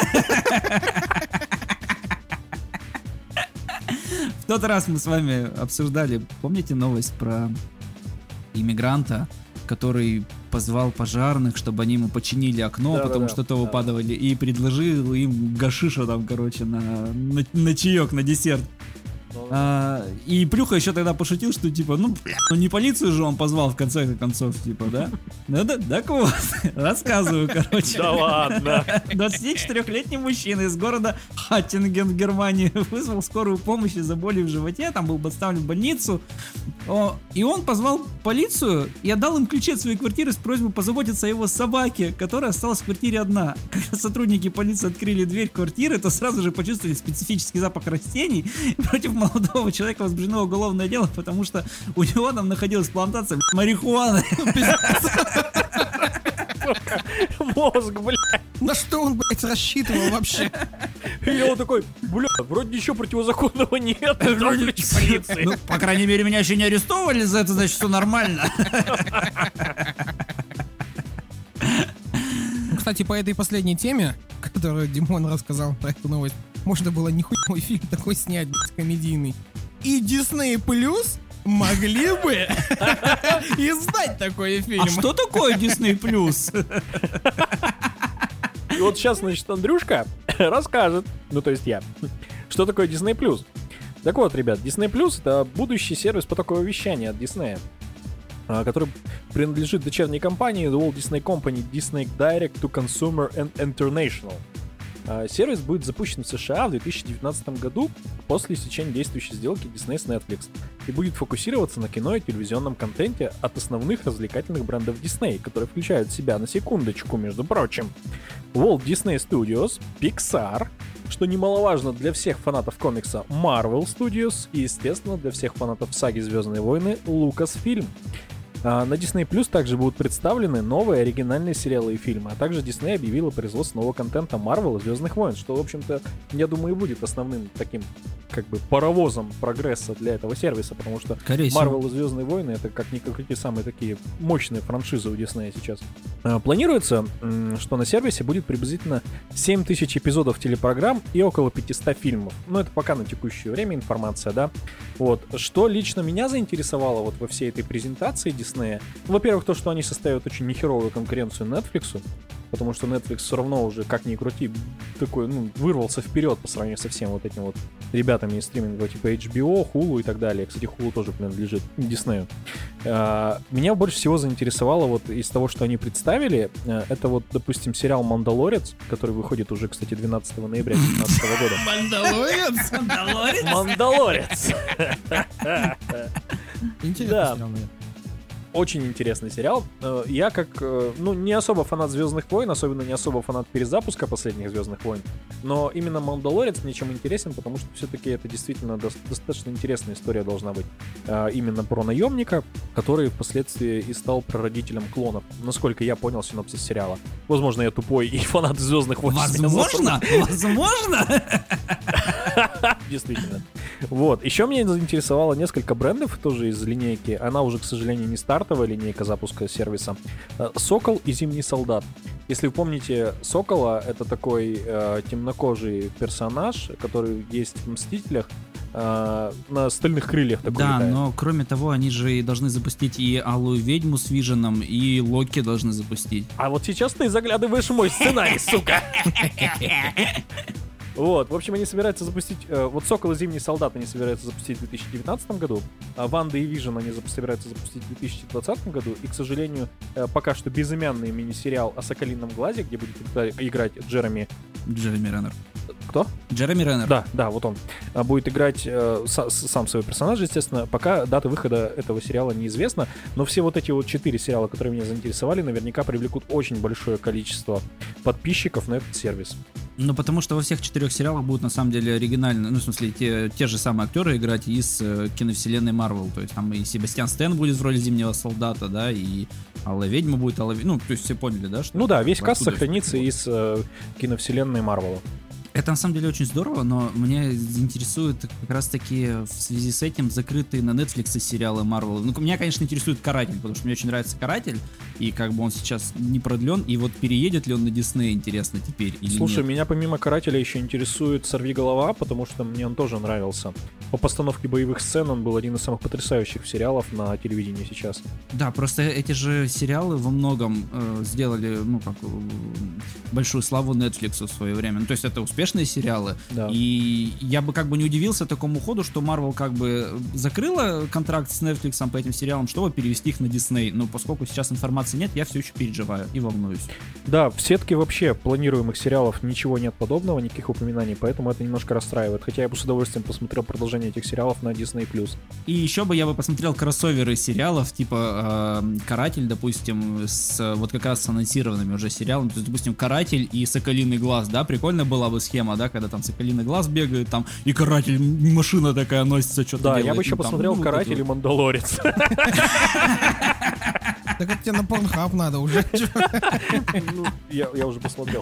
C: в тот раз мы с вами обсуждали, помните новость про иммигранта, который позвал пожарных, чтобы они ему починили окно,
A: Да,
C: потому
A: да,
C: что
A: да.
C: то выпадывали, и предложил им гашиша там, короче, на, на, на чаек, на десерт. А, и Плюха еще тогда пошутил, что типа, ну, бля, ну не полицию же он позвал в конце концов, типа, да? Ну да, так вот, рассказываю, короче.
A: Да ладно.
C: двадцатичетырёхлетний мужчина из города Хаттинген, Германии, вызвал скорую помощь из-за боли в животе, там был доставлен в больницу. О, и он позвал полицию и отдал им ключи от своей квартиры с просьбой позаботиться о его собаке, которая осталась в квартире одна. Когда сотрудники полиции открыли дверь квартиры, то сразу же почувствовали специфический запах растений. Против молодого человека возбуждено уголовное дело, потому что у него там находилась плантация марихуаны.
A: Мозг, блядь.
B: На что он, блядь, рассчитывал вообще?
A: И он такой, бля, вроде ничего противозаконного нет. Вроде полиции.
C: Ну, по крайней мере, меня еще не арестовывали за это, значит, все нормально.
B: Кстати, по этой последней теме, которую Димон рассказал про эту новость, можно было нихуевый фильм такой снять, блядь, комедийный. И Disney Plus могли бы издать такой фильм.
C: А что такое Disney Плюс?
A: И вот сейчас, значит, Андрюшка расскажет, ну то есть я, что такое Disney+. Так вот, ребят, Disney Plus — это будущий сервис потокового вещания от Disney, который принадлежит дочерней компании The Walt Disney Company Disney Direct to Consumer and International. Сервис будет запущен в США в две тысячи девятнадцатом году после истечения действующей сделки Disney с Netflix и будет фокусироваться на кино и телевизионном контенте от основных развлекательных брендов Disney, которые включают в себя, на секундочку, между прочим, Walt Disney Studios, Pixar, что немаловажно для всех фанатов комикса Marvel Studios и, естественно, для всех фанатов саги «Звездные войны» Lucasfilm. А на Disney Plus также будут представлены новые оригинальные сериалы и фильмы, а также Disney объявила производство нового контента Marvel и Звездных войн, что, в общем-то, я думаю, и будет основным таким, как бы, паровозом прогресса для этого сервиса, потому что
C: Скорее
A: Marvel
C: всего.
A: и Звездные войны — это как никакие самые такие мощные франшизы у Disney сейчас. А, Планируется, м, что на сервисе будет приблизительно семь тысяч эпизодов телепрограмм и около пятьсот фильмов. Ну, это пока на текущее время информация, да. Вот. Что лично меня заинтересовало вот во всей этой презентации Disney, во-первых, то, что они составят очень нехеровую конкуренцию Netflix, потому что Netflix все равно уже, как ни крути, такой, ну, вырвался вперед по сравнению со всеми вот этими вот ребятами из стриминга, типа эйч би о, Hulu и так далее. Кстати, Hulu тоже принадлежит Disney. А, меня больше всего заинтересовало вот из того, что они представили, это вот, допустим, сериал «Мандалорец», который выходит уже, кстати, двенадцатого ноября две тысячи девятнадцатого года.
B: Мандалорец?
C: Мандалорец?
A: Мандалорец!
B: Интересный
A: Да.
B: сериал, наверное.
A: Очень интересный сериал. Э, Я как, э, ну, не особо фанат «Звездных войн», особенно не особо фанат перезапуска последних «Звездных войн», но именно «Мандалорец» мне чем интересен, потому что все-таки это действительно дос- достаточно интересная история должна быть. Э, Именно про наемника, который впоследствии и стал прародителем клонов. Насколько я понял синопсис сериала. Возможно, я тупой и фанат «Звездных войн».
C: Возможно? Возможно?
A: Действительно. Вот. Еще меня заинтересовало несколько брендов тоже из линейки. Она уже, к сожалению, не стартовая линейка запуска сервиса. Э, «Сокол» и «Зимний солдат». Если вы помните, «Сокола» — это такой э, темнокожий персонаж, который есть в «Мстителях», э, на стальных крыльях такой
C: Да,
A: летает.
C: но кроме того, они же и должны запустить и Алую ведьму с Виженом, и Локи должны запустить.
A: А вот сейчас ты заглядываешь в мой сценарий, сука! Вот, в общем, они собираются запустить... э, вот «Сокол» и «Зимний солдат» они собираются запустить в две тысячи девятнадцатом году, а «Ванда и Вижн» они зап- собираются запустить в две тысячи двадцатом году, и, к сожалению, э, пока что безымянный мини-сериал о «Соколином глазе», где будет игра- играть Джереми...
C: Джереми Реннер.
A: Кто?
C: Джереми Реннер.
A: Да, да, вот он. А, будет играть э, са- с- сам своего персонажа, естественно. Пока дата выхода этого сериала неизвестна, но все вот эти вот четыре сериала, которые меня заинтересовали, наверняка привлекут очень большое количество подписчиков на этот сервис.
C: Ну, потому что во всех четырех сериалах будут, на самом деле, оригинальные, ну, в смысле, те, те же самые актеры играть из э, киновселенной Марвел. То есть там и Себастьян Стэн будет в роли Зимнего солдата, да, и Алая ведьма будет Алая... Ну, то есть все поняли, да? Что
A: Ну да, весь каст
C: откуда
A: сохранится
C: всё
A: из э, киновселенной Марвела.
C: Это на самом деле очень здорово, но меня интересует как раз таки в связи с этим закрытые на Netflix сериалы Marvel. Ну, меня, конечно, интересует «Каратель», потому что мне очень нравится «Каратель», и как бы он сейчас не продлен, и вот переедет ли он на Disney, интересно, теперь или
A: Слушай,
C: нет.
A: меня помимо «Карателя» еще интересует «Сорвиголова», потому что мне он тоже нравился. По постановке боевых сцен он был один из самых потрясающих сериалов на телевидении сейчас.
C: Да, просто эти же сериалы во многом э, сделали, ну, как, э, большую славу Netflix в свое время. Ну, то есть это успешные сериалы.
A: Да.
C: И я бы как бы не удивился такому ходу, что Marvel как бы закрыла контракт с Netflix по этим сериалам, чтобы перевести их на Disney. Но поскольку сейчас информации нет, я все еще переживаю и волнуюсь.
A: Да, в сетке вообще планируемых сериалов ничего нет подобного, никаких упоминаний, поэтому это немножко расстраивает. Хотя я бы с удовольствием посмотрел продолжение этих сериалов на Disney+.
C: И еще бы я бы посмотрел кроссоверы сериалов, типа э, «Каратель», допустим, с вот как раз с анонсированными уже сериалами. То есть, допустим, «Каратель» и «Соколиный глаз», да, прикольно была бы схема, да, когда там «Соколиный глаз» бегает, там, и «Каратель», машина такая носится, что-то
A: Да,
C: делает.
A: я бы еще
C: ну, там,
A: посмотрел
C: ну,
A: «Каратель» и
C: вот
A: «Мандалорец».
B: Так это тебе на Pornhub надо уже.
A: Ну, Я я уже посмотрел.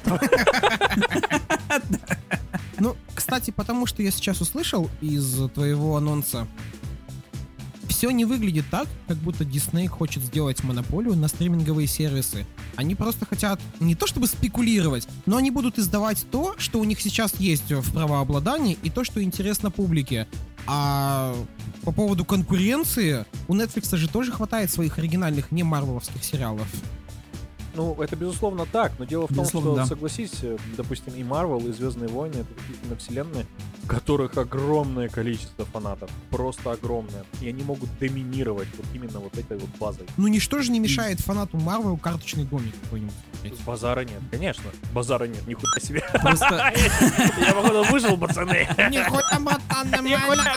B: Ну, кстати, потому что я сейчас услышал из твоего анонса, все не выглядит так, как будто Disney хочет сделать монополию на стриминговые сервисы. Они просто хотят не то чтобы спекулировать, но они будут издавать то, что у них сейчас есть в правообладании, и то, что интересно публике. А по поводу конкуренции, у Netflix же тоже хватает своих оригинальных не марвеловских сериалов.
A: Ну, это безусловно так, но дело в том,
C: Безусловно,
A: что,
C: да.
A: согласись, э, допустим, и Marvel, и Звездные войны — это такие киновселенные, в которых огромное количество фанатов, просто огромное, и они могут доминировать вот именно вот этой вот базой.
B: Ну ничто же не мешает фанату Марвел карточный домик какой-нибудь смотреть.
A: Базара нет, конечно, базара нет, нихуя себе.
C: Просто-
A: Я, походу, выжил, пацаны.
B: Нихуя, братан, нормально.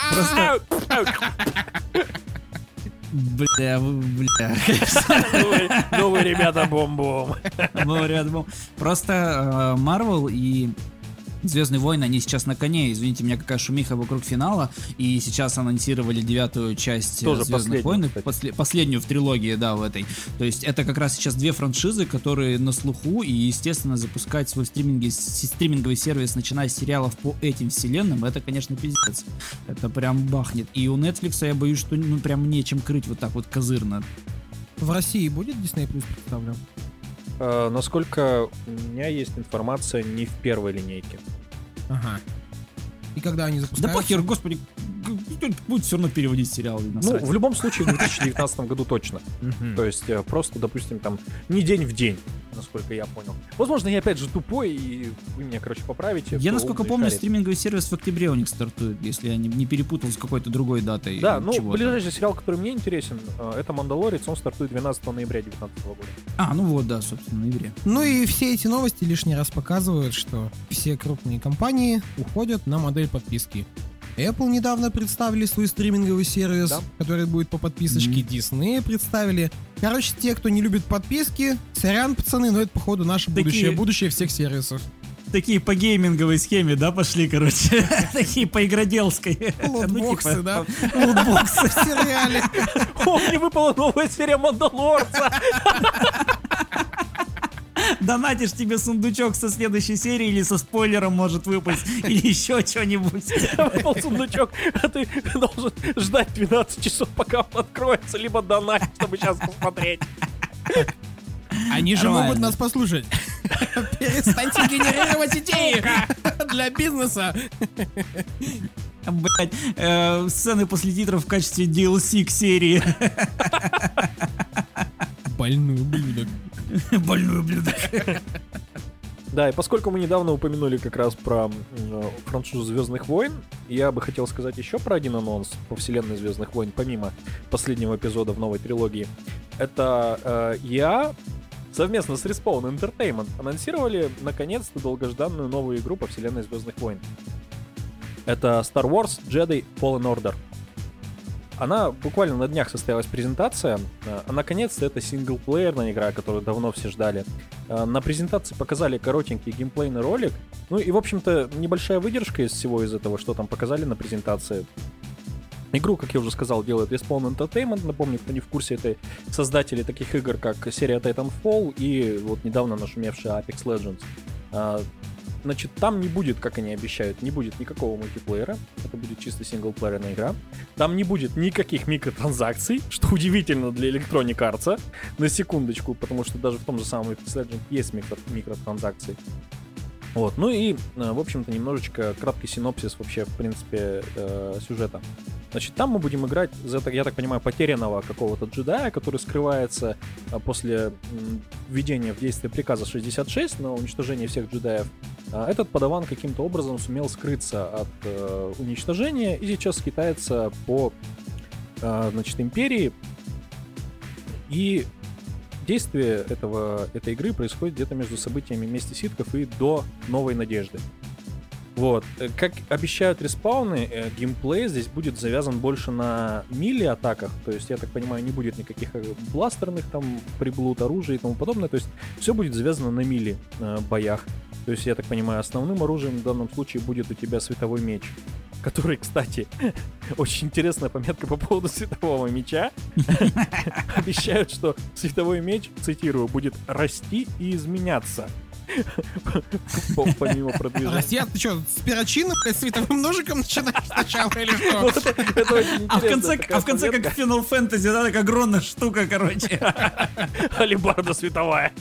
C: Бля, вы, бля.
A: Новые- Новые ребята бом-бом.
C: Был рядом. Просто э, Marvel и Звездные войны, они сейчас на коне, извините меня, какая шумиха вокруг финала, и сейчас анонсировали девятую часть
A: Тоже
C: Звездных войн,
A: последнюю,
C: после, последнюю в трилогии, да, в этой. То есть это как раз сейчас две франшизы, которые на слуху, и, естественно, запускать свой стриминги, стриминговый сервис, начиная с сериалов по этим вселенным, это, конечно, пиздец. Это прям бахнет. И у Netflix я боюсь, что ну прям нечем крыть вот так вот козырно.
B: В России будет Disney Plus представлен?
A: Э, насколько у меня есть информация, не в первой линейке.
B: Ага. И когда они
C: Да
B: запускаются?
C: похер, господи, кто-нибудь будет все равно переводить сериалы.
A: Ну, в любом случае, в две тысячи девятнадцатом году точно.
B: Мгм.
A: То есть э, просто, допустим, там не день в день, насколько я понял. Возможно, я опять же тупой, и вы меня, короче, поправите.
C: Я,
A: кто
C: насколько
A: умный
C: помню,
A: шарит.
C: стриминговый сервис в октябре у них стартует, если я не, не перепутал с какой-то другой датой.
A: Да, ну,
C: чего-то.
A: ближайший сериал, который мне интересен, э, это «Мандалорец», он стартует двенадцатого ноября две тысячи девятнадцатого года.
C: А, ну вот, да, собственно, в ноябре.
B: Ну и все эти новости лишний раз показывают, что все крупные компании уходят на модель подписки. Apple недавно представили свой стриминговый сервис,
A: Да.
B: который будет по подписочке.
C: Мгм.
B: Disney представили. Короче, те, кто не любит подписки, сорян, пацаны, но это, походу, наше
C: Такие-
B: будущее, будущее всех сервисов.
C: Такие по гейминговой схеме, да, пошли, короче. Такие по игроделской.
B: Лутбоксы, да?
C: Лутбоксы.
B: В сериале.
A: О, мне выпала новая серия «Мандалорца».
C: Донатишь, тебе сундучок со следующей серии или со спойлером может выпасть, или еще что-нибудь.
A: Выпал сундучок, а ты должен ждать двенадцать часов, пока он откроется, либо донать, чтобы сейчас посмотреть.
B: Они же
C: Нормально.
B: могут нас послушать. Перестаньте генерировать идеи для бизнеса.
C: Блять, э, сцены после титров в качестве ди эл си к серии.
B: Больной ублюдок.
C: Больной ублюдок.
A: Да, и поскольку мы недавно упомянули как раз про м, франшизу «Звездных войн», я бы хотел сказать еще про один анонс по вселенной «Звездных войн», помимо последнего эпизода в новой трилогии. Это э, и а совместно с Respawn Entertainment анонсировали наконец-то долгожданную новую игру по вселенной «Звездных войн». Это Star Wars Jedi Fallen Order. Она буквально на днях состоялась презентация, а наконец-то это синглплеерная игра, которую давно все ждали. На презентации показали коротенький геймплейный ролик, ну и, в общем-то, небольшая выдержка из всего из этого, что там показали на презентации. Игру, как я уже сказал, делает Respawn Entertainment. Напомню, кто не в курсе, это создатели таких игр, как серия Titanfall и вот недавно нашумевшая Apex Legends. Значит, там не будет, как они обещают, не будет никакого мультиплеера. Это будет чисто синглплеерная игра. Там не будет никаких микротранзакций, что удивительно для Electronic Arts. На секундочку, потому что даже в том же самом Apex Legends есть микро- микротранзакции. Вот, ну и, в общем-то, немножечко краткий синопсис вообще, в принципе, э, сюжета. Значит, там мы будем играть за, я так понимаю, потерянного какого-то джедая, который скрывается после м, введения в действие приказа шестьдесят шесть на уничтожение всех джедаев. А этот подаван каким-то образом сумел скрыться от э, уничтожения и сейчас скитается по, э, значит, империи. И действие этого, этой игры происходит где-то между событиями «Мести Ситхов» и до «Новой надежды». Вот. Как обещают респауны, э, геймплей здесь будет завязан больше на мили-атаках, то есть, я так понимаю, не будет никаких бластерных там приблуд, оружия и тому подобное, то есть все будет завязано на мили-боях. То есть, я так понимаю, основным оружием в данном случае будет у тебя световой меч, который, кстати, очень интересная пометка по поводу светового меча. Обещают, что световой меч, цитирую, будет расти и изменяться. Помимо продвижения.
B: Россия, ты что, с перочинным, с световым ножиком начинаешь сначала или
A: Вот
B: что?
A: это- это очень
C: А в конце,
A: интересная такая
C: а в конце как
A: пометка.
C: в Final Fantasy, да, такая огромная штука, короче.
A: Алебарда световая.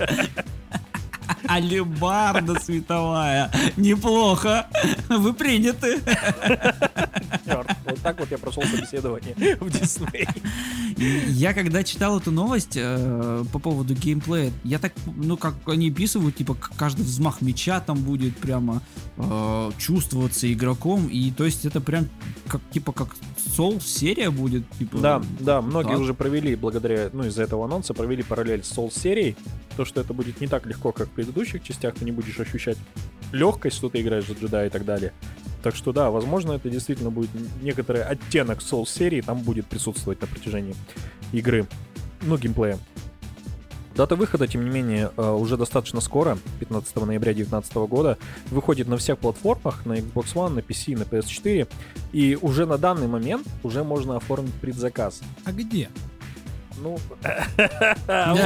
C: Алебарда световая. Неплохо. Вы приняты.
A: Чёрт, вот так вот я прошел собеседование в Дисней.
C: Я когда читал эту новость э, по поводу геймплея, я так, ну, как они описывают, типа, к- каждый взмах меча там будет прямо э, чувствоваться игроком, и то есть это прям как, типа, как Souls серия будет, типа.
A: Да, да, многие
C: так.
A: уже провели, благодаря, ну, из-за этого анонса, провели параллель с Souls серией. То, что это будет не так легко, как в предыдущих частях, ты не будешь ощущать легкость, что ты играешь за джедая и так далее. Так что да, возможно, это действительно будет некоторый оттенок Souls серии, там будет присутствовать на протяжении игры, ну, геймплея. Дата выхода, тем не менее, уже достаточно скоро, пятнадцатого ноября две тысячи девятнадцатого года, выходит на всех платформах, на Xbox One, на пи си, на пи эс четыре, и уже на данный момент уже можно оформить предзаказ.
B: А где?
A: Ну, в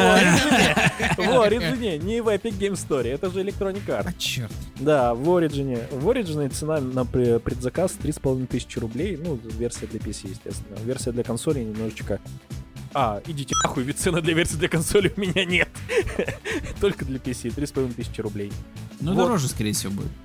A: Origin, не в Epic Game Store, это же Electronic Arts.
B: А, черт.
A: Да, в Origin. В Origin цена на предзаказ три с половиной тысячи рублей, ну, версия для пи си, естественно. Версия для консоли немножечко... А, идите нахуй, ведь цены для версии для консоли у меня нет. Только для пи си, три с половиной тысячи рублей.
C: Ну, вот. Дороже, скорее всего, будет.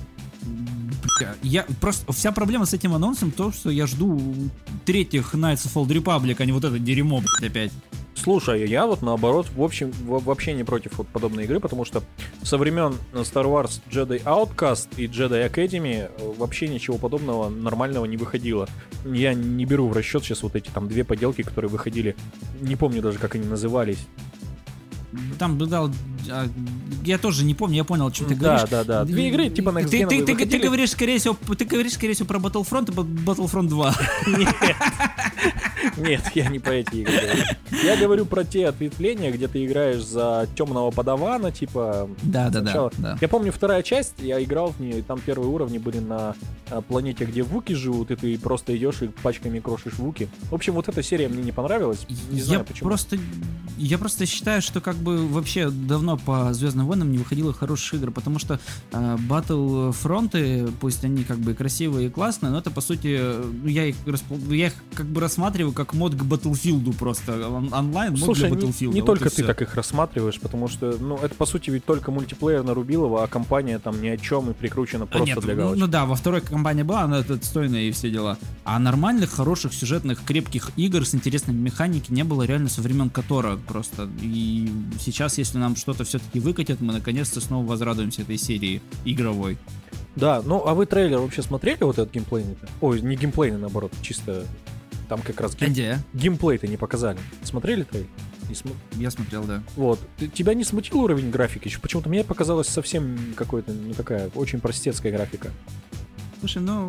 C: Я просто вся проблема с этим анонсом в том, что я жду третьих Knights of Old Republic, а не вот это дерьмо, блядь, опять.
A: Слушай, я вот наоборот, в общем, вообще не против вот подобной игры, потому что со времен Star Wars Jedi Outcast и Jedi Academy вообще ничего подобного нормального не выходило. Я не беру в расчет сейчас вот эти там две поделки, которые выходили, не помню даже, как они назывались.
C: Там дал, я тоже не помню, я понял, о чем ты
A: да,
C: говоришь.
A: Да, да, да. Две игры типа Next
C: Gen
A: ты,
C: ты, ты, ты говоришь, скорее всего, ты говоришь, скорее всего, про Battlefront и Battlefront два.
A: Нет. Нет, я не про эти игры говорю. Я говорю про те ответвления, где ты играешь за темного подавана, типа...
C: Да, да, да, да.
A: Я помню, вторая часть, я играл в нее, и там первые уровни были на планете, где вуки живут, и ты просто идешь и пачками крошишь вуки. В общем, вот эта серия мне не понравилась. Не знаю,
C: я
A: почему.
C: Просто, я просто считаю, что как бы вообще давно по Звездным войнам не выходило хороших игр, потому что э, Battlefront, пусть они как бы красивые и классные, но это по сути, я их, я их как бы рассматриваю как мод к Battlefield просто, он, онлайн мод
A: Слушай,
C: для Battlefield.
A: Не, не
C: вот
A: только ты
C: все.
A: так их рассматриваешь, потому что, ну, это по сути ведь только мультиплеер на Рубилова, а компания там ни о чем и прикручена просто
C: Нет,
A: для
C: ну,
A: галочки.
C: ну да, во второй компания была, она отстойная и все дела. А нормальных, хороших, сюжетных, крепких игр с интересной механикой не было реально со времен Котора просто. И сейчас, если нам что-то все-таки выкатят, мы наконец-то снова возрадуемся этой серии игровой.
A: Да, ну а вы трейлер вообще смотрели вот этот геймплейный-то? Ой, не геймплейный, наоборот, чисто там как раз гейм...
C: Где?
A: геймплей-то не показали. Смотрели трейлер? Не см...
C: Я смотрел, да.
A: Вот. Тебя не смутил уровень графики? Еще почему-то мне показалось совсем какой-то не такая, очень простецкая графика.
C: Слушай, ну...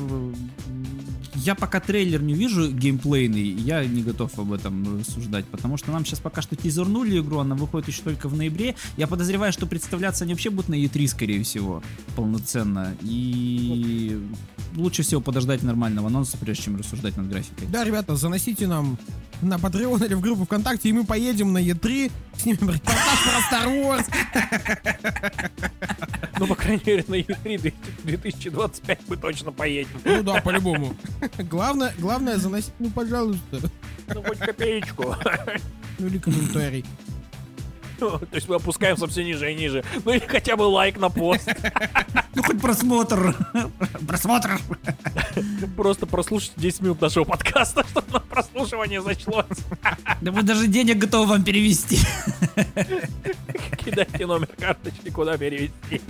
C: Я пока трейлер не вижу геймплейный, я не готов об этом рассуждать, потому что нам сейчас пока что тизернули игру, она выходит еще только в ноябре. Я подозреваю, что представляться они вообще будут на и три, скорее всего, полноценно. И лучше всего подождать нормального анонса, прежде чем рассуждать над графикой.
B: Да, ребята, заносите нам на Patreon или в группу ВКонтакте, и мы поедем на и три, снимем репортаж про Star Wars.
A: Ну, по крайней мере, на и три две тысячи двадцать пять мы точно поедем.
B: Ну да, по-любому. Главное, главное заносить, ну, пожалуйста.
A: Ну, хоть копеечку.
B: Ну, или комментарий.
A: То есть мы опускаемся все ниже и ниже. Ну, или хотя бы лайк на пост.
C: Ну, хоть просмотр. Просмотр.
A: Просто прослушайте десять минут нашего подкаста, чтобы на прослушивание зачлось.
C: Да мы даже денег готовы вам перевести.
A: Кидайте номер карточки, куда перевести.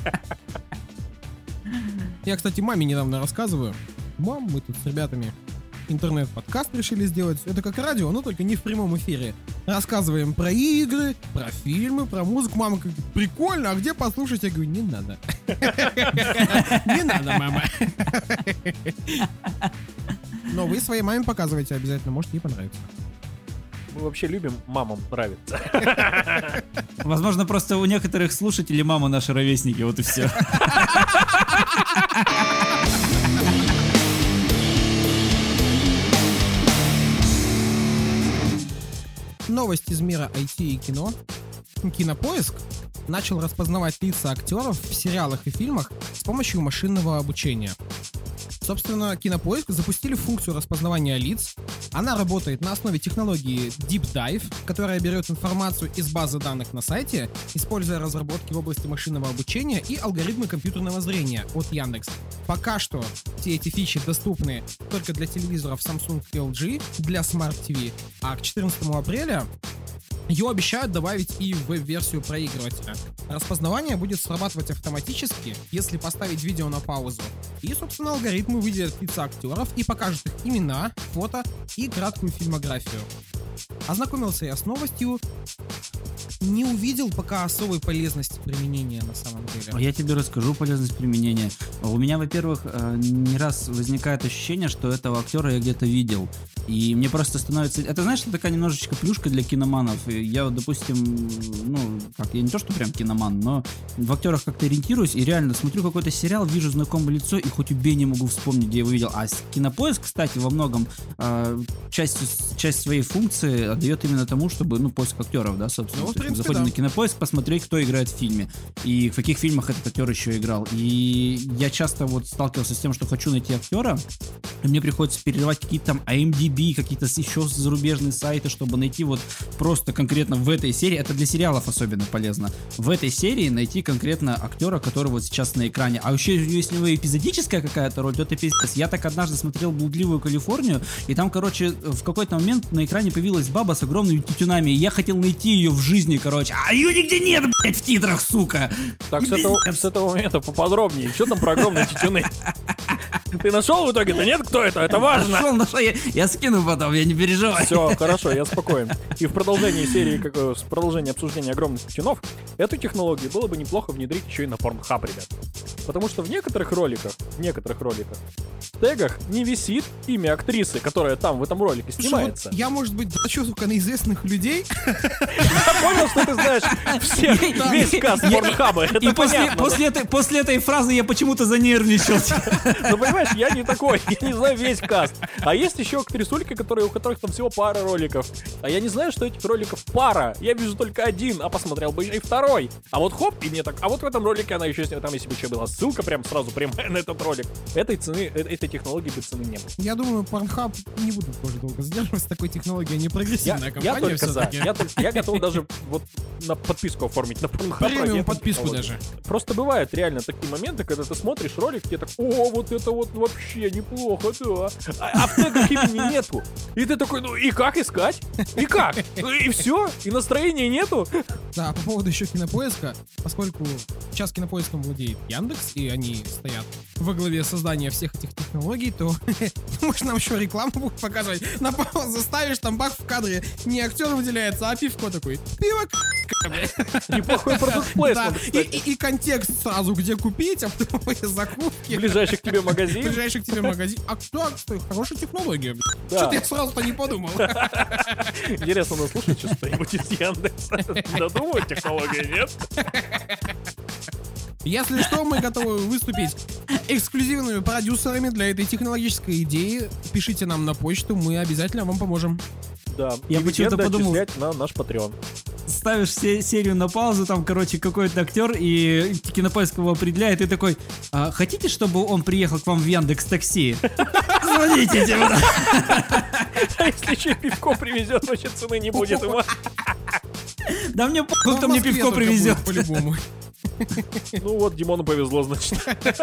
B: Я, кстати, маме недавно рассказываю. Мам, мы тут с ребятами интернет-подкаст решили сделать. Это как радио, но только не в прямом эфире. Рассказываем про игры, про фильмы, про музыку. Мама говорит, прикольно, а где послушать? Я говорю, не надо. Не надо, мама. Но вы своей маме показывайте обязательно, может, ей понравится.
A: Мы вообще любим мамам нравится.
C: Возможно, просто у некоторых слушателей мама наши ровесники, вот и все.
B: Новость из мира ай ти и кино. Кинопоиск начал распознавать лица актеров в сериалах и фильмах с помощью машинного обучения. Собственно, Кинопоиск запустили функцию распознавания лиц. Она работает на основе технологии Deep Dive, которая берет информацию из базы данных на сайте, используя разработки в области машинного обучения и алгоритмы компьютерного зрения от Яндекс. Пока что все эти фичи доступны только для телевизоров Samsung и эл джи, для Smart ти ви, а к четырнадцатому апреля ее обещают добавить и в веб-версию проигрывателя. Распознавание будет срабатывать автоматически, если поставить видео на паузу. И, собственно, алгоритмы выделят лица актеров и покажут их имена, фото и краткую фильмографию. Ознакомился я с новостью. не увидел пока особой полезности применения на самом
C: А
B: деле.
C: я тебе расскажу полезность применения. У меня, во-первых, э, не раз возникает ощущение, что этого актера я где-то видел. И мне просто становится... Это, знаешь, это такая немножечко плюшка для киноманов. И я, вот, допустим, ну, как, я не то, что прям киноман, но в актерах как-то ориентируюсь, и реально смотрю какой-то сериал, вижу знакомое лицо, и хоть убей, не могу вспомнить, где я его видел. А Кинопоиск, кстати, во многом э, часть, часть своей функции отдает именно тому, чтобы, ну, поиск актеров, да, собственно.
B: Ну, в
C: То есть мы
B: принципе,
C: заходим
B: да.
C: на Кинопоиск, посмотреть, кто играет в фильме, и в каких фильмах этот актер еще играл. И я часто вот сталкивался с тем, что хочу найти актера, и мне приходится перерывать какие-то там ай эм ди би, какие-то еще зарубежные сайты, чтобы найти вот просто конкретно в этой серии, это для сериалов особенно полезно, в этой серии найти конкретно актера, который вот сейчас на экране. А еще если у него эпизодическая какая-то роль, то это пиздец. Я так однажды смотрел «Блудливую Калифорнию», и там, короче, в какой-то момент на экране появилась баба с огромными тютюнами, и я хотел найти ее в жизни, короче, а ее нигде нет, блядь, в титрах, сука.
A: Так,
C: И
A: с этого,
C: пиздец.
A: с этого момента поподробнее. Что там про огромные тютюны? Ты нашел в итоге-то? Нет, кто это? Это важно.
C: Нашел, нашел, я, я скину потом, я не переживай.
A: Все, хорошо, я спокоен. И в продолжении серии, как э, в продолжении обсуждения огромных тютюнов, эту технологию было бы неплохо внедрить еще и на Pornhub, ребят. Потому что в некоторых роликах, в некоторых роликах, в тегах не висит имя актрисы, которая там в этом ролике
B: Слушай,
A: снимается.
B: вот я, может быть, дрочу, сука, на известных людей.
A: Я понял, что ты знаешь всех, весь каст Порнхаба. Это
C: И после,
A: понятно.
C: после, этой, после этой фразы я почему-то занервничал.
A: Ну, понимаешь, я не такой, я не знаю весь каст. А есть еще актрисульки, которые, у которых там всего пара роликов. А я не знаю, что этих роликов пара. Я вижу только один, а посмотрел бы еще и второй. А вот хоп, и мне так, а вот в этом ролике она еще сняла. Там, если бы еще была ссылка прям сразу прямая на этот ролик. Этой цены, э- этой технологии бы цены не было.
B: Я думаю, Pornhub не будут тоже долго задерживаться с такой технологией. Они
A: Я,
B: прогрессивная
A: я
B: компания
A: только за.
B: все-таки.
A: Я, только- я готов даже вот на подписку оформить на Pornhub. ради
B: Премиум
A: этой
B: подписку
A: технологии.
B: даже.
A: Просто бывают реально такие моменты, когда ты смотришь ролик, тебе так, о, вот это вот вообще неплохо, да. А, а в тегах имени нету. И ты такой, ну и как искать? И как? И все? И настроения нету?
B: Да, а по поводу еще Кинопоиска, поскольку сейчас Кинопоиском владеет Яндекс, и они стоят во главе создания всех этих технологий, то может нам еще рекламу будут показывать. На паузу ставишь, там бах в кадре, не актер выделяется, а пивко такой. Пиво,
A: Неплохой продукт
B: да.
A: плейсмент,
B: И,
A: кстати.
B: и- и контекст сразу, где купить, оптовые закупки.
A: Ближайший к тебе магазин.
B: Ближайший к тебе магазин. А да, кстати, хорошая технология.
A: Да.
B: Что-то я сразу-то не подумал.
A: Интересно, ну слушать что-нибудь из Яндекса. Додумывают технологии, нет?
B: Если что, мы готовы выступить эксклюзивными продюсерами для этой технологической идеи. Пишите нам на почту, мы обязательно вам поможем.
A: Да.
C: Я
A: И
C: почему-то
A: дивиденды
C: подумал-
A: отчислять на наш Patreon.
C: Ставишь се- серию на паузу, там, короче, какой-то актер, и Кинопоиск его определяет, и такой, «А хотите, чтобы он приехал к вам в Яндекс Такси? Звоните, типа.
A: А если еще и пивко привезет, значит цены не будет ему.
C: Да мне похуй,
B: Ну,
C: кто
B: в
C: мне
B: Москве
C: пивко
B: только
C: привезет.
B: будет по-любому.
A: Ну вот, Димону повезло, значит.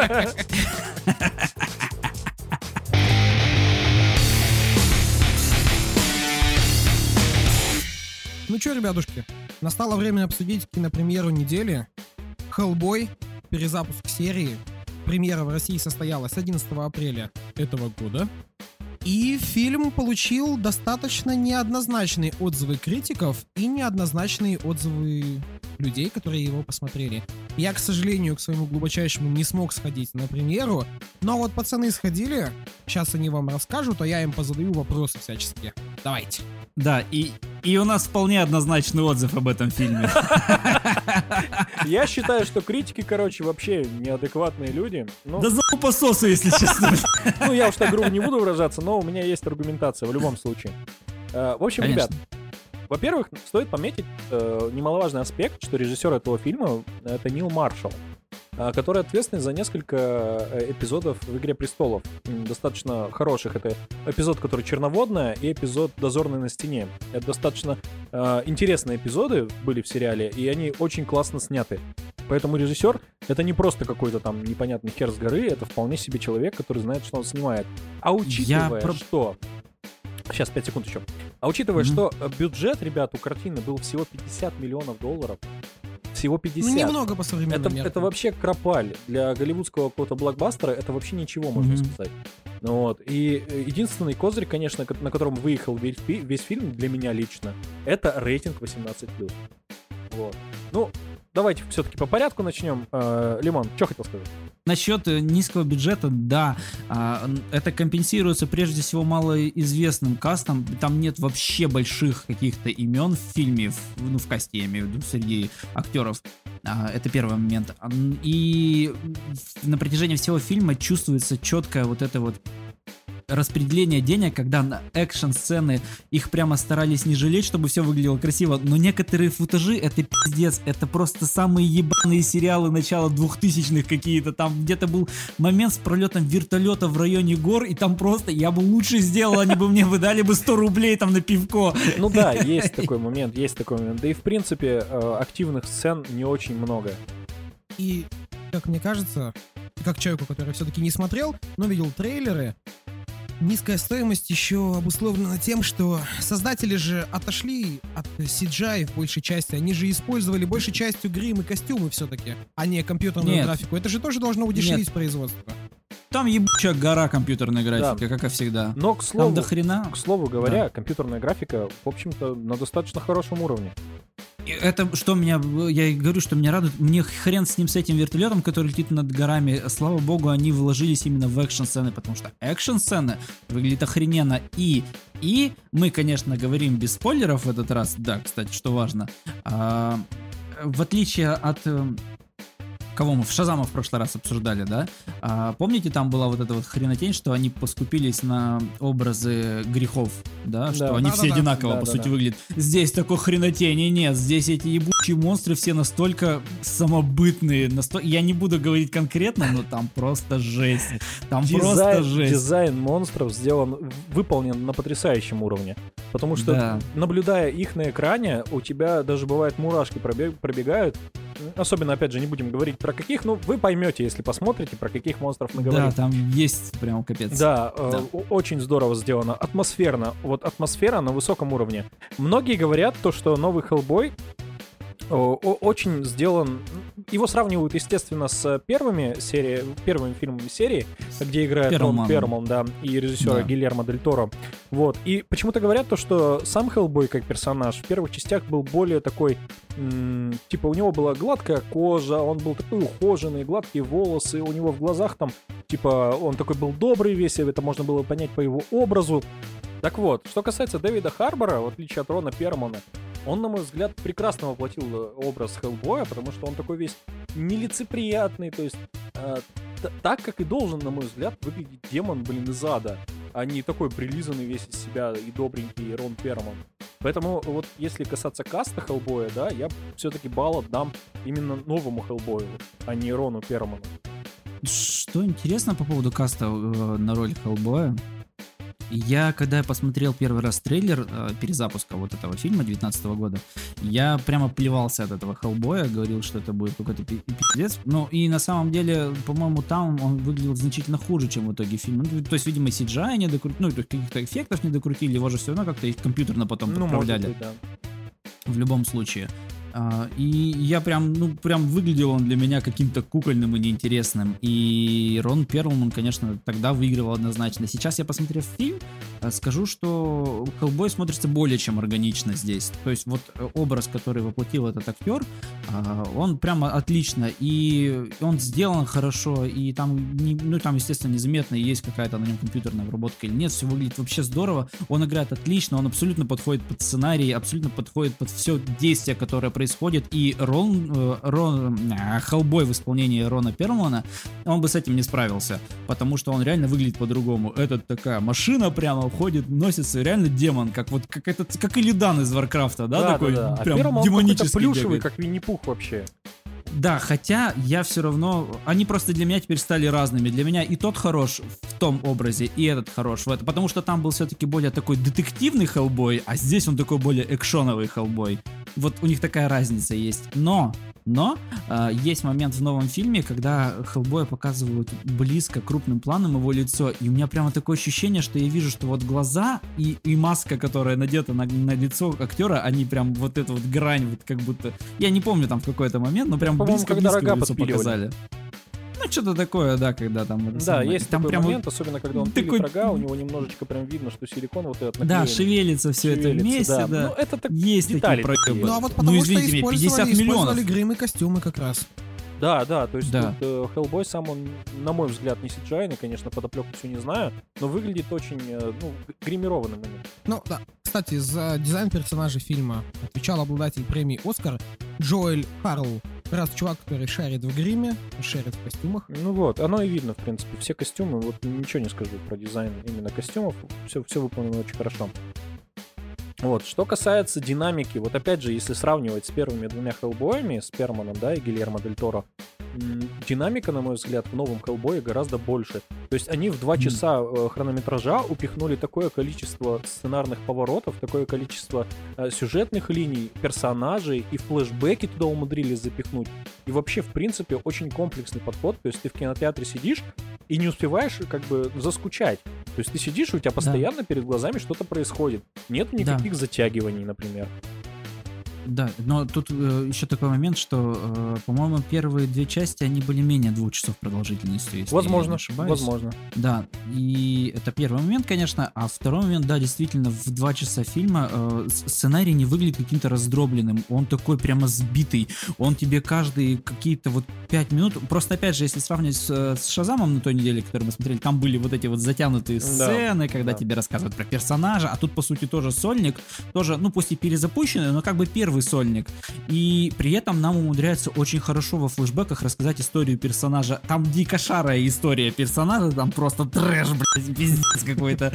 B: Ну что, ребятушки, настало время обсудить кинопремьеру недели. «Хеллбой», перезапуск серии. Премьера в России состоялась одиннадцатого апреля этого года. И фильм получил достаточно неоднозначные отзывы критиков и неоднозначные отзывы людей, которые его посмотрели. Я, к сожалению, к своему глубочайшему не смог сходить на премьеру, но вот пацаны сходили, сейчас они вам расскажут, а я им позадаю вопросы всяческие. Давайте.
C: Да, и, и у нас вполне однозначный отзыв об этом фильме.
A: Я считаю, что критики, короче, вообще неадекватные люди. Ну,
C: Да за пососу, если честно.
A: ну, я уж так грубо не буду выражаться, но у меня есть аргументация в любом случае. Э, В общем,
C: Конечно.
A: ребят, во-первых, стоит пометить э, немаловажный аспект, что режиссер этого фильма — это Нил Маршалл, э, который ответственный за несколько э, эпизодов в «Игре престолов». М, Достаточно хороших. Это эпизод, который «Черноводная», и эпизод «Дозорный на стене». Это достаточно э, интересные эпизоды были в сериале, и они очень классно сняты. Поэтому режиссер — это не просто какой-то там непонятный хер с горы, это вполне себе человек, который знает, что он снимает. А учитывая,
C: про-
A: что... Сейчас, пять секунд еще. А учитывая,
C: Мгм.
A: что э, бюджет, ребят, у картины был всего пятьдесят миллионов долларов, всего пятьдесят.
B: Ну, немного по современным
A: Это,
B: меркам.
A: это вообще кропаль. Для голливудского какого-то блокбастера это вообще ничего, можно
C: Мгм.
A: сказать. Ну вот. И э, единственный козырь, конечно, ко- на котором выехал весь, фи- весь фильм, для меня лично, это рейтинг восемнадцать плюс. Вот. Ну, давайте все-таки по порядку начнем. Э, Лимон, что хотел сказать?
C: Насчет низкого бюджета, да, это компенсируется прежде всего малоизвестным кастом. Там нет вообще больших каких-то имен в фильме, ну в касте я имею в виду, среди актеров. Это первый момент. И на протяжении всего фильма чувствуется четкое вот это вот распределение денег, когда на экшн-сцены их прямо старались не жалеть, чтобы все выглядело красиво, но некоторые футажи это пиздец, это просто самые ебаные сериалы начала двухтысячных какие-то, там где-то был момент с пролетом вертолета в районе гор, и там просто я бы лучше сделал, они бы мне выдали бы сто рублей там на пивко.
A: Ну да, есть такой момент, есть такой момент, да и в принципе активных сцен не очень много.
B: И, как мне кажется, как человеку, который все-таки не смотрел, но видел трейлеры, низкая стоимость еще обусловлена тем, что создатели же отошли от си джи ай в большей части. Они же использовали большей частью грим и костюмы все-таки, а не компьютерную
C: Нет.
B: графику. Это же тоже должно удешевить производство.
C: Там ебучая гора компьютерной графики,
A: Да.
C: как и всегда.
A: Но, к слову,
C: Там до хрена.
A: к слову говоря,
C: Да.
A: компьютерная графика, в общем-то, на достаточно хорошем уровне.
C: Это что меня, я и говорю, что меня радует, мне хрен с ним, с этим вертолетом, который летит над горами, слава богу, они вложились именно в экшн-сцены, потому что экшн-сцены выглядят охрененно, и, и мы, конечно, говорим без спойлеров в этот раз, да, кстати, что важно, а, в отличие от... Кого мы в Шазама в прошлый раз обсуждали, да? А, помните, там была вот эта вот хренотень, что они поскупились на образы грехов, да? Что
A: Да.
C: они
B: Да,
C: все
B: да, да.
C: одинаково,
A: Да,
C: по
A: да,
C: сути,
A: да.
C: выглядят. Здесь такой хренотени нет. Здесь эти ебучие монстры все настолько самобытные. Насто... Я не буду говорить конкретно, но там просто жесть. Там просто
A: Дизайн,
C: жесть.
A: дизайн монстров сделан, выполнен на потрясающем уровне. Потому что,
C: Да.
A: наблюдая их на экране, у тебя даже бывает мурашки пробег- пробегают. Особенно, опять же, не будем говорить про каких, но вы поймете, если посмотрите, про каких монстров мы говорим.
C: Да, там есть прям капец.
A: Да, э,
C: Да.
A: о- очень здорово сделано. Атмосферно. Вот атмосфера на высоком уровне. Многие говорят то, что новый Hellboy о- о- очень сделан... Его сравнивают, естественно, с первыми серии, первыми фильмами серии, где играет Рон
C: Перлман.
A: Перлман, да, и режиссера
C: Да.
A: Гильермо Дель Торо. Вот. И почему-то говорят то, что сам Hellboy как персонаж в первых частях был более такой... м, типа у него была гладкая кожа, он был такой ухоженный, гладкие волосы, у него в глазах там, типа, он такой был добрый весь, и это можно было понять по его образу. Так вот, что касается Дэвида Харбора, в отличие от Рона Перлмана, он, на мой взгляд, прекрасно воплотил э, образ Хеллбоя, потому что он такой весь нелицеприятный, то есть э, т- так, как и должен, на мой взгляд, выглядеть демон, блин, из ада, а не такой прилизанный весь из себя и добренький Рон Перлман. Поэтому вот если касаться каста Хеллбоя, да, я все-таки балл отдам именно новому Хеллбою, а не Рону Перлману.
C: Что интересно по поводу каста э, на роль Хеллбоя, я, когда я посмотрел первый раз трейлер э, перезапуска вот этого фильма девятнадцатого года, я прямо плевался от этого Хеллбоя, говорил, что это будет какой-то пи- пиздец. Ну и на самом деле, по-моему, там он выглядел значительно хуже, чем в итоге фильм. Ну, то есть, видимо, си джи ай не докрутили, ну, то есть каких-то эффектов не докрутили, его же все равно как-то их компьютерно потом
A: Ну, может
C: подправляли.
A: быть, да.
C: В любом случае. А, и я прям, ну, прям выглядел он для меня каким-то кукольным и неинтересным. И Рон Перлман, конечно, тогда выигрывал однозначно. Сейчас я, посмотрев фильм, э, скажу, что Хеллбой смотрится более чем органично здесь. То есть вот э, образ, который воплотил этот актер, а, он прямо отлично. И он сделан хорошо. И там, не- ну, там, естественно, незаметно есть какая-то на нем компьютерная обработка или нет. Все выглядит вообще здорово. Он играет отлично. Он абсолютно подходит под сценарий, абсолютно подходит под все действие, которое происходит. И Рон, э, Рон а, Хеллбой в исполнении Рона Перлмана, он бы с этим не справился. Потому что он реально выглядит по-другому. Это такая машина прямо ходит, носится, реально демон. Как вот как, этот, как Илидан из Варкрафта, да?
A: Да,
C: такой
A: да, да. А
C: прям
A: Перлман, он какой-то
C: демонический
A: плюшевый,
C: бегает.
A: как Винни-Пух вообще.
C: Да, хотя я все равно... Они просто для меня теперь стали разными. Для меня и тот хорош в том образе, и этот хорош в этом. Потому что там был все-таки более такой детективный Хеллбой, а здесь он такой более экшоновый Хеллбой. Вот у них такая разница есть. Но... Но э, есть момент в новом фильме, когда Хеллбоя показывают близко, крупным планом его лицо, и у меня прямо такое ощущение, что я вижу, что вот глаза и, и маска, которая надета на, на лицо актера, они прям вот эту вот грань, вот как будто... Я не помню там в какой-то момент, но прям
A: По-моему,
C: близко,
A: когда
C: близко
A: рога
C: в лицо
A: подпиливали.
C: показали. Ну, что-то такое, да, когда там... это
A: Да,
C: самое.
A: есть
C: там
A: такой
C: прям
A: момент,
C: вот
A: особенно когда он
C: такой-
A: пилит рога, у него немножечко прям видно, что силикон вот этот
C: Да,
A: наклеен,
C: шевелится все это
A: шевелится,
C: вместе, да.
A: Ну, это так
C: Есть
A: детали
C: такие
A: такие.
C: проебы.
B: Ну а вот
C: Ну,
B: потому что
C: извините меня,
B: использовали,
C: пятьдесят миллионов.
B: использовали грим и костюмы как раз.
A: Да, да, то есть
C: Да.
A: тут э, Hellboy сам, он, на мой взгляд, не си джи ай, конечно, подоплеку всю не знаю, но выглядит очень, э, ну, гримированным. именно.
B: Ну да. Кстати, за дизайн персонажа фильма отвечал обладатель премии «Оскар» Джоэль Харл. Как раз чувак, который шарит в гриме, шарит в костюмах.
A: Ну вот, оно и видно, в принципе, все костюмы, вот ничего не скажу про дизайн именно костюмов, все, все выполнено очень хорошо. Вот, что касается динамики, вот опять же, если сравнивать с первыми двумя Хеллбоями, с Перманом, да, и Гильермо Дель Торо, м, динамика, на мой взгляд, в новом Хеллбое гораздо больше. То есть они в два
C: Мгм.
A: часа э, хронометража упихнули такое количество сценарных поворотов, такое количество э, сюжетных линий, персонажей, и флешбеки туда умудрились запихнуть. И вообще, в принципе, очень комплексный подход. То есть ты в кинотеатре сидишь и не успеваешь как бы заскучать. То есть ты сидишь, у тебя постоянно перед глазами что-то происходит. Нету
C: Да.
A: никаких затягиваний, например.
C: Да, но тут э, еще такой момент, что, э, по-моему, первые две части, они были менее двух часов продолжительностью, если я
A: Возможно,
C: не ошибаюсь.
A: возможно.
C: Да, и это первый момент, конечно, а второй момент, да, действительно, в два часа фильма э, с- сценарий не выглядит каким-то раздробленным, он такой прямо сбитый, он тебе каждые какие-то вот пять минут, просто опять же, если сравнивать с, э, с Шазамом на той неделе, который мы смотрели, там были вот эти вот затянутые
A: Да,
C: сцены, когда
A: да.
C: тебе рассказывают про персонажа, а тут, по сути, тоже сольник, тоже, ну, пусть и перезапущенный, но как бы первый сольник, и при этом нам умудряется очень хорошо во флешбеках рассказать историю персонажа, там дико шарая история персонажа, там просто трэш, блядь, пиздец какой-то.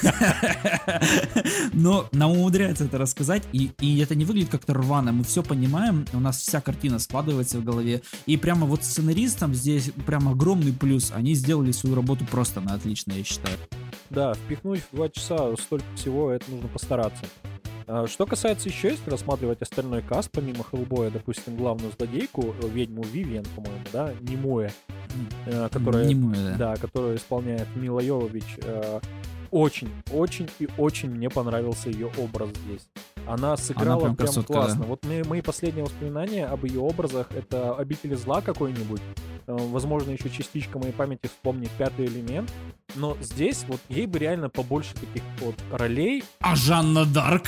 C: Но нам умудряется это рассказать, и, и это не выглядит как-то рвано, мы все понимаем, у нас вся картина складывается в голове, и прямо вот сценаристам здесь прям огромный плюс, они сделали свою работу просто на отлично, я считаю.
A: Да, впихнуть в два часа столько всего, это нужно постараться. А, Что касается еще, если рассматривать остальной каст, помимо Хеллбоя, допустим, главную злодейку, э, ведьму Вивиан, по-моему, да, Немоя, э, которая,
C: Не мой, да.
A: да, которую исполняет Мила Йовович, э, очень, очень и очень мне понравился ее образ здесь. Она сыграла
C: прям
A: прям,
C: красотка,
A: классно.
C: да.
A: Вот мои, мои последние воспоминания об ее образах — это «Обители зла» какой-нибудь, э, возможно, еще частичка моей памяти вспомнить «Пятый элемент», но здесь вот ей бы реально побольше таких вот ролей.
C: А Жанна Дарк?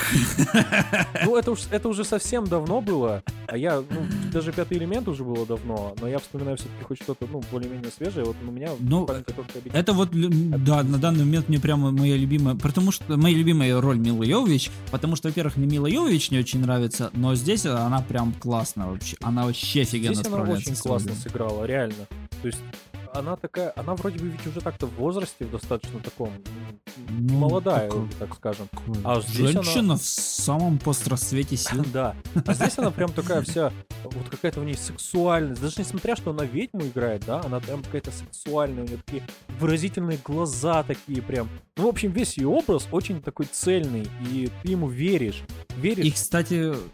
A: Ну, это, уж, это уже совсем давно было, а я, ну, даже «Пятый элемент» уже было давно, но я вспоминаю все-таки хоть что-то, ну, более-менее свежее, вот у меня
C: Ну,
A: в памяти только «Обитель».
C: Это вот, лю- да, на данный момент мне прямо моя любимая, потому что моя любимая роль Мила Йовович, потому что, во-первых, мне Мила Йовович не очень нравится, но здесь она прям классно вообще, она вообще офигенно
A: Здесь она
C: справляется
A: очень
C: с
A: классно
C: ролью.
A: сыграла, реально. То есть она такая, она вроде бы ведь уже так-то в возрасте в достаточно таком, м, не
C: Ну,
A: молодая,
C: такой-
A: так скажем.
C: Такой
A: А здесь
C: Женщина
A: она-
C: в самом пострасвете сил.
A: Да. А здесь она прям такая вся, вот какая-то в ней сексуальность. Даже несмотря, что она ведьму играет, да, она прям какая-то сексуальная, у нее такие выразительные глаза такие прям. Ну, в общем, весь ее образ очень такой цельный, и ты ему веришь. Веришь.
C: И, кстати, э,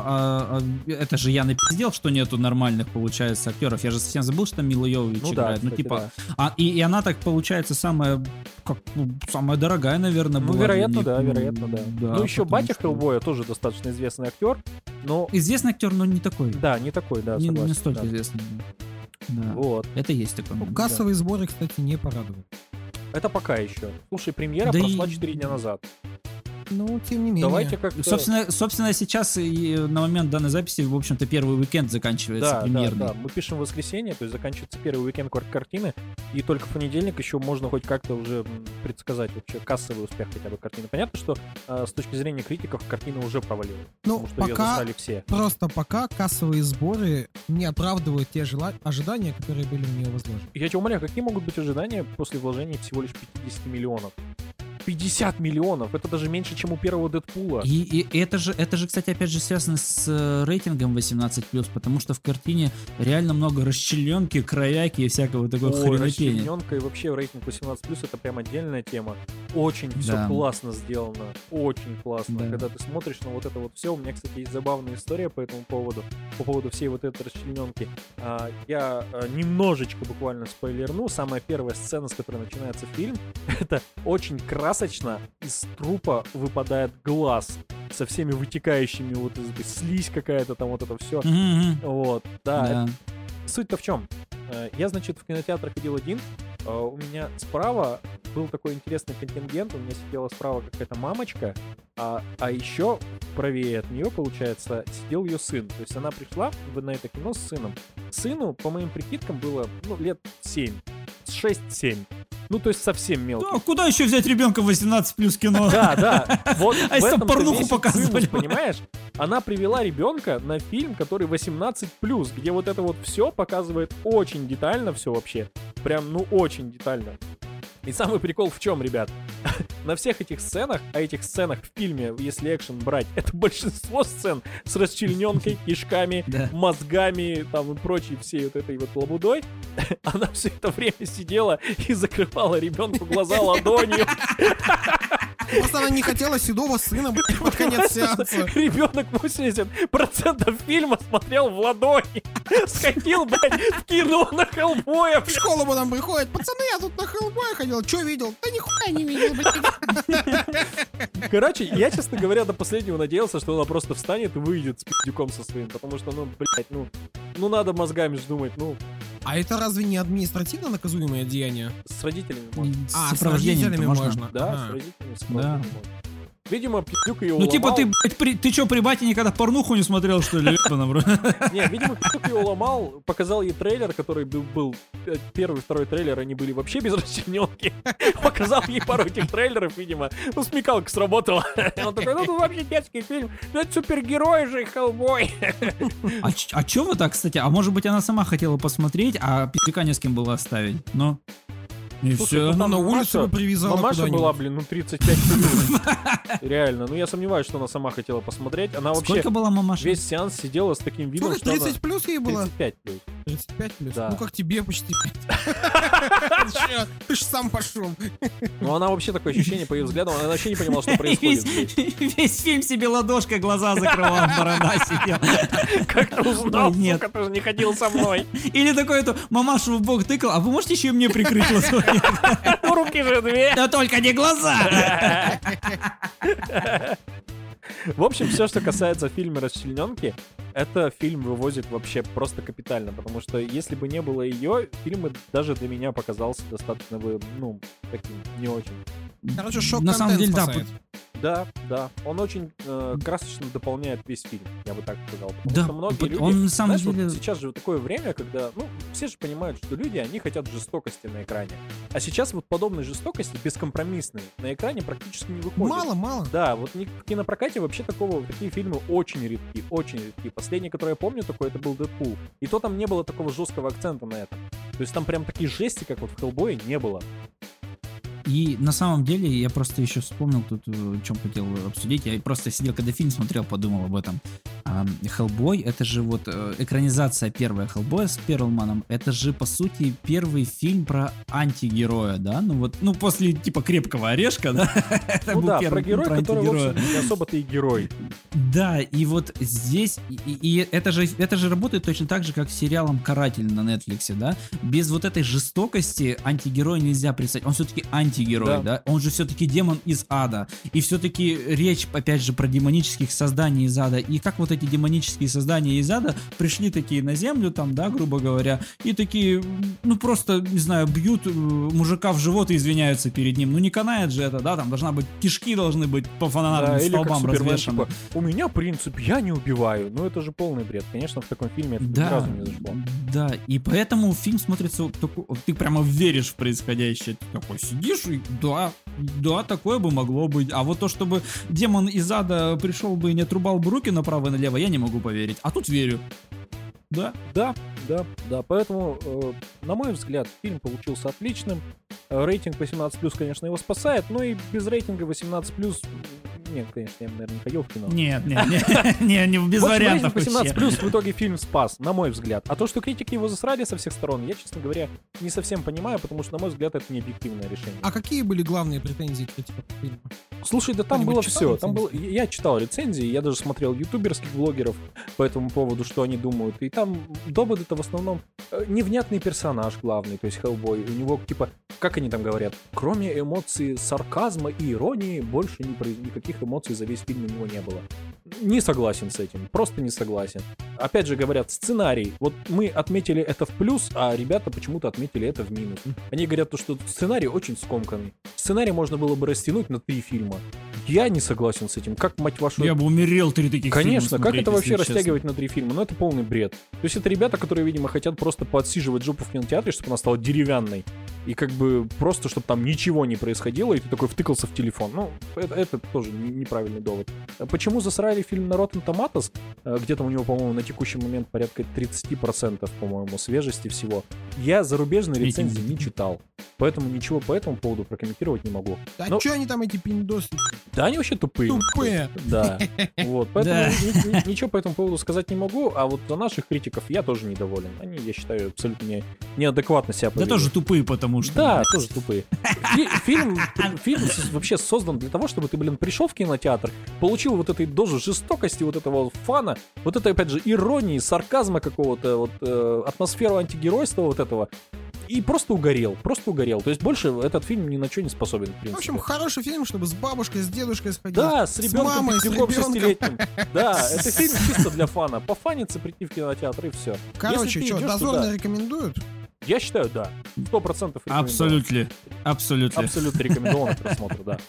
C: а, а, это же я напиздел, что нету нормальных, получается, актеров. Я же совсем забыл, что Мила Йовович
A: Ну да,
C: играет. Ну,
A: кстати,
C: типа,
A: да.
C: а, и, и она так, получается, самая, как, ну, самая дорогая, наверное,
A: Ну,
C: была для
A: вероятно,
C: них.
A: да,
C: Ну,
A: вероятно, да. ну, еще
C: потому
A: батя
C: что-
A: Хеллбоя тоже достаточно известный актер, но...
C: Известный актер, но не такой.
A: Да, не такой, да,
C: не,
A: согласен.
C: не столько
A: да.
C: известный. Да.
A: Вот.
C: Это есть такой
B: Ну,
C: момент.
B: кассовые сборы, кстати, не порадуют.
A: Это пока еще. Слушай, премьера
C: Да
A: прошла
C: и-
A: четыре дня назад.
B: Ну, тем не менее.
A: Давайте как-то...
C: Собственно, собственно, сейчас и на момент данной записи, в общем-то, первый уикенд заканчивается
A: Да, да,
C: премьерный.
A: да. Мы пишем в воскресенье, то есть заканчивается первый уикенд кар- картины, и только в понедельник еще можно хоть как-то уже м, предсказать вообще кассовый успех хотя бы картины. Понятно, что э, с точки зрения критиков картина уже провалилась,
B: Ну,
A: потому что ее
B: пока,
A: застали все.
B: просто пока кассовые сборы не оправдывают те жела- ожидания, которые были в нее возложены.
A: Я тебя умоляю, какие могут быть ожидания после вложения всего лишь пятьдесят миллионов? пятьдесят миллионов! Это даже меньше, чем у первого Дэдпула.
C: И, и это же, это же, кстати, опять же связано с э, рейтингом восемнадцать плюс, потому что в картине реально много расчленки, кровяки и всякого такого
A: Ой,
C: хренопения.
A: расчлененка и вообще рейтинг восемнадцать плюс это прям отдельная тема. Очень все
C: Да.
A: классно сделано. Очень классно.
C: Да.
A: Когда ты смотришь на вот это вот все. У меня, кстати, есть забавная история по этому поводу. По поводу всей вот этой расчлененки. А, я а, немножечко буквально спойлерну. Самая первая сцена, с которой начинается фильм, это очень красочно. Из трупа выпадает глаз со всеми вытекающими вот из этой слизь какая-то там вот это все.
C: Мгм, мгм.
A: Вот, да.
C: Да.
A: Суть-то в чем? Э, Я, значит, в кинотеатр ходил один. Э, У меня справа был такой интересный контингент. У меня сидела справа какая-то мамочка, а, а еще правее от нее, получается, сидел ее сын. То есть она пришла в- на это кино с сыном. Сыну, по моим прикидкам, было ну, лет семь. шесть-семь. Ну, то есть совсем мелкий.
C: Да, куда еще взять ребенка в восемнадцать плюс кино?
A: Да, да. Вот
C: А если
A: в
C: там
A: этом-то
C: порнуху
A: весь
C: показывали?
A: цимус, понимаешь? Она привела ребенка на фильм, который восемнадцать плюс, где вот это вот все показывает очень детально все вообще. Прям, ну, очень детально. И самый прикол в чем, ребят? На всех этих сценах, а этих сценах в фильме, если экшен брать, это большинство сцен с расчлененкой, кишками,
C: Да.
A: мозгами, там и прочей всей вот этой вот лабудой. Она все это время сидела и закрывала ребенку глаза ладонью.
B: Просто она не хотела седого сына, блядь, под конец сеанса.
A: Ребенок восемьдесят процентов фильма смотрел в ладони. Сходил, блядь, в кино на Хеллбоя.
B: В школу потом приходит, пацаны, я тут на Хеллбоя ходил, что видел? Да нихуя не видел, блядь.
A: Короче, я, честно говоря, до последнего надеялся, что она просто встанет и выйдет с пиздюком со своим. Потому что, ну, блядь, ну, ну надо мозгами ж думать, ну,
B: А это разве не административно наказуемое деяние?
A: с родителями можно.
C: С
B: А, с
C: сопровождением-то
B: родителями
C: можно.
B: можно.
A: Да,
B: Ага.
A: с родителями с можно. Видимо, пиздюк ее
C: Ну типа
A: уломал.
C: ты, блядь, при- ты что, при бате никогда порнуху не смотрел, что ли? Ебаном в рот?
A: Не, видимо, пиздюк ее уломал, показал ей трейлер, который был, был э, первый, второй трейлер, они были вообще без расчлененки. Показал ей пару этих трейлеров, видимо. Ну, смекалка сработала. Он такой, ну, тут вообще детский фильм. Ну, это супергерой же, Хеллбой.
C: А, ч- а чё вы так, кстати? А может быть она сама хотела посмотреть, а пиздюка не с кем было оставить? Ну, и
A: Слушай,
C: все.
A: ну,
B: Ну,
A: там
B: на улицу
A: Маша-
B: бы привязала
A: Мамаша
B: куда-нибудь.
A: была, блин, ну, тридцать пять плюс. Реально. Ну, я сомневаюсь, что она сама хотела посмотреть. Она вообще
C: Сколько была мамаша?
A: весь сеанс сидела с таким видом,
B: Сколько,
A: что она...
B: тридцать плюс ей было?
A: тридцать пять плюс.
B: тридцать пять плюс?
A: Да.
B: Ну как тебе почти. Чё? Ты ж сам пошел.
A: Ну, она вообще такое ощущение по ее взгляду, она вообще не понимала, что происходит
C: Весь,
A: здесь.
C: весь фильм себе ладошкой глаза закрывал, борода сидел.
A: Как ты узнал,
C: Ой, нет.
A: сука, ты же не ходил со мной.
C: Или такой эту мамашу в бок тыкал, а вы можете еще и мне прикрыть глаза?
A: Ну, руки же две.
C: Да только не глаза!
A: В общем, все, что касается фильма «Расчлененки», это фильм вывозит вообще просто капитально, потому что если бы не было ее, фильм бы даже для меня показался достаточно бы, ну, таким, не очень.
B: Короче,
C: На самом
B: шок-контент
C: деле, да,
B: спасает.
A: Да, да, он очень э, красочно дополняет весь фильм, я бы так сказал. Потому
C: Да,
A: что многие
C: вот
A: люди,
C: он на самом
A: знаешь, вот
C: деле-
A: сейчас же такое время, когда, ну, все же понимают, что люди, они хотят жестокости на экране. А сейчас вот подобной жестокости, бескомпромиссной, на экране практически не выходит.
B: Мало, мало.
A: Да, вот ни- в кинопрокате вообще такого, такие фильмы очень редки, очень редки. Последний, который я помню такой, это был «Дэдпул». И то там не было такого жесткого акцента на этом. То есть там прям такие жести, как вот в «Хеллбое», не было.
C: И на самом деле я просто еще вспомнил тут, э, о чем хотел обсудить. Я просто сидел, когда фильм смотрел, подумал об этом. А, Хеллбой, это же вот э, экранизация первая Хеллбоя с Перлманом. Это же, по сути, первый фильм про антигероя, да? Ну вот, ну после типа «Крепкого орешка», да? Это
A: Ну
C: был
A: да,
C: первый
A: про
C: фильм
A: героя, который, в
C: антигероя.
A: общем, не особо-то и герой.
C: Да, и вот здесь, и, и это, же, это же работает точно так же, как с сериалом «Каратель» на Netflix, да? Без вот этой жестокости антигероя нельзя представить. Он все-таки антигерой,
A: Да.
C: да? Он же все-таки демон из ада. И все-таки речь, опять же, про демонических созданий из ада. И как вот эти демонические создания из ада пришли такие на землю, там, да, грубо говоря, и такие, ну просто, не знаю, бьют э, мужика в живот и извиняются перед ним. Ну не канает же это, да? Там должна быть, кишки должны быть по фонарным
A: Да, или как
C: столбам
A: Супермен,
C: развешаны.
A: типа, у меня принцип, я не убиваю. Ну это же полный бред. Конечно, в таком фильме это ни
C: Да,
A: разу не зашло.
C: да, и поэтому фильм смотрится, вот такой- вот ты прямо веришь в происходящее, ты такой сидишь и да, да, такое бы могло быть, а вот то, чтобы демон из ада пришел бы и не отрубал бы руки направо и налево, я не могу поверить, а тут верю, да.
A: Да, да, да. Поэтому, э, на мой взгляд, фильм получился отличным. Э, Рейтинг восемнадцать плюс, конечно, его спасает, но и без рейтинга восемнадцать плюс, нет, конечно, я бы, наверное, не ходил в кино.
C: Нет, нет, нет, не, не, без
A: В общем,
C: вариантов
A: рейтинг восемнадцать
C: вообще.
A: плюс в итоге фильм спас, на мой взгляд. А то, что критики его засрали со всех сторон, я, честно говоря, не совсем понимаю, потому что, на мой взгляд, это не объективное решение.
B: А какие были главные претензии критиков к фильму?
A: Слушай, да там
B: Кто-нибудь
A: было
B: читал
A: все. Там было...
B: рецензии?
A: Я читал рецензии, я даже смотрел ютуберских блогеров по этому поводу, что они думают. И там доводы-то в основном э, невнятный персонаж главный, то есть Хеллбой. У него, типа, как они там говорят, кроме эмоций сарказма и иронии, больше ни произ- никаких эмоций за весь фильм у него не было. Не согласен с этим, просто не согласен. Опять же говорят, сценарий. Вот мы отметили это в плюс, а ребята почему-то отметили это в минус. Они говорят, что сценарий очень скомканный. Сценарий можно было бы растянуть на три фильма. Я не согласен с этим. Как, мать вашу...
C: Я бы умерел три таких
A: Конечно,
C: фильма
A: как
C: смотреть,
A: это вообще
C: если
A: растягивать
C: честно.
A: на три фильма? Ну это полный бред. То есть это ребята, которые, видимо, хотят просто поотсиживать жопу в кинотеатре, чтобы она стала деревянной. И как бы просто, чтобы там ничего не происходило, и ты такой втыкался в телефон. Ну, это, это тоже не- неправильный довод. Почему засрали фильм на Rotten Tomatoes? Э, Где-то у него, по-моему, на текущий момент порядка тридцать процентов, по-моему, свежести всего. Я зарубежные
C: Рейтинги.
A: рецензии не читал. Поэтому ничего по этому поводу прокомментировать не могу.
B: А
A: Ну,
B: чё они там, эти пиндосы,
A: Да, они вообще тупые.
B: тупые?
A: Да, вот, поэтому
C: Да.
A: ни- ни- ничего по этому поводу сказать не могу, а вот за наших критиков я тоже недоволен. Они, я считаю, абсолютно не- неадекватно себя
C: Да
A: повели.
C: тоже тупые, потому что...
A: Да, тоже тупые. Фи- Фильм, фильм с- вообще создан для того, чтобы ты, блин, пришел в кинотеатр, получил вот этой дозу жестокости, вот этого вот фана, вот этой, опять же, иронии, сарказма какого-то, вот э, атмосферу антигеройства вот этого, и просто угорел, просто угорел. То есть больше этот фильм ни на что не способен, в принципе.
B: В общем, хороший фильм, чтобы с бабушкой, с дедушкой сходить.
A: Да, с ребенком
B: мамой, с
A: пятиком
B: ребенком.
A: шестилетним. Да, это фильм чисто для фана. Пофаниться, прийти в кинотеатр и все.
B: Короче,
A: ты
B: что,
A: идешь
B: дозорные
A: туда-
B: рекомендуют?
A: Я считаю, да. Сто процентов рекомендую.
C: Абсолютно. Абсолютно.
A: Абсолютно рекомендован к просмотру, да.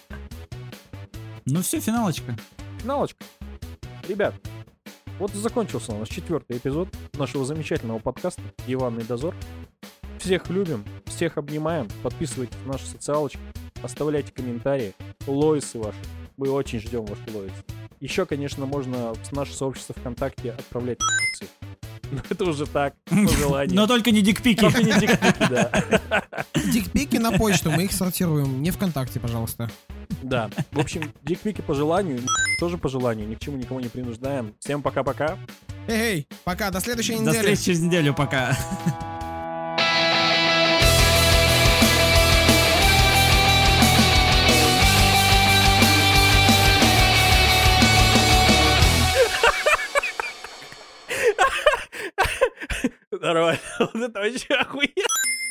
C: Ну все, финалочка.
A: Финалочка. Ребят, вот и закончился у нас четвертый эпизод нашего замечательного подкаста «Диванный дозор». Всех любим, всех обнимаем. Подписывайтесь на наши социалочки, оставляйте комментарии. Лоисы ваши. Мы очень ждем ваши лоисы. Еще, конечно, можно в наше сообщество ВКонтакте отправлять ***цы. Но это уже так, по желанию.
C: Но только не дикпики.
A: Только не дикпики, да.
B: Дикпики на почту, мы их сортируем. Не ВКонтакте, пожалуйста.
A: Да. В общем, дикпики по желанию, тоже по желанию. Ни к чему никого не принуждаем. Всем пока-пока.
B: Эй, пока, до следующей
C: До
B: недели.
C: встречи через неделю, пока.
A: Нормально. Вот это вообще охуенно.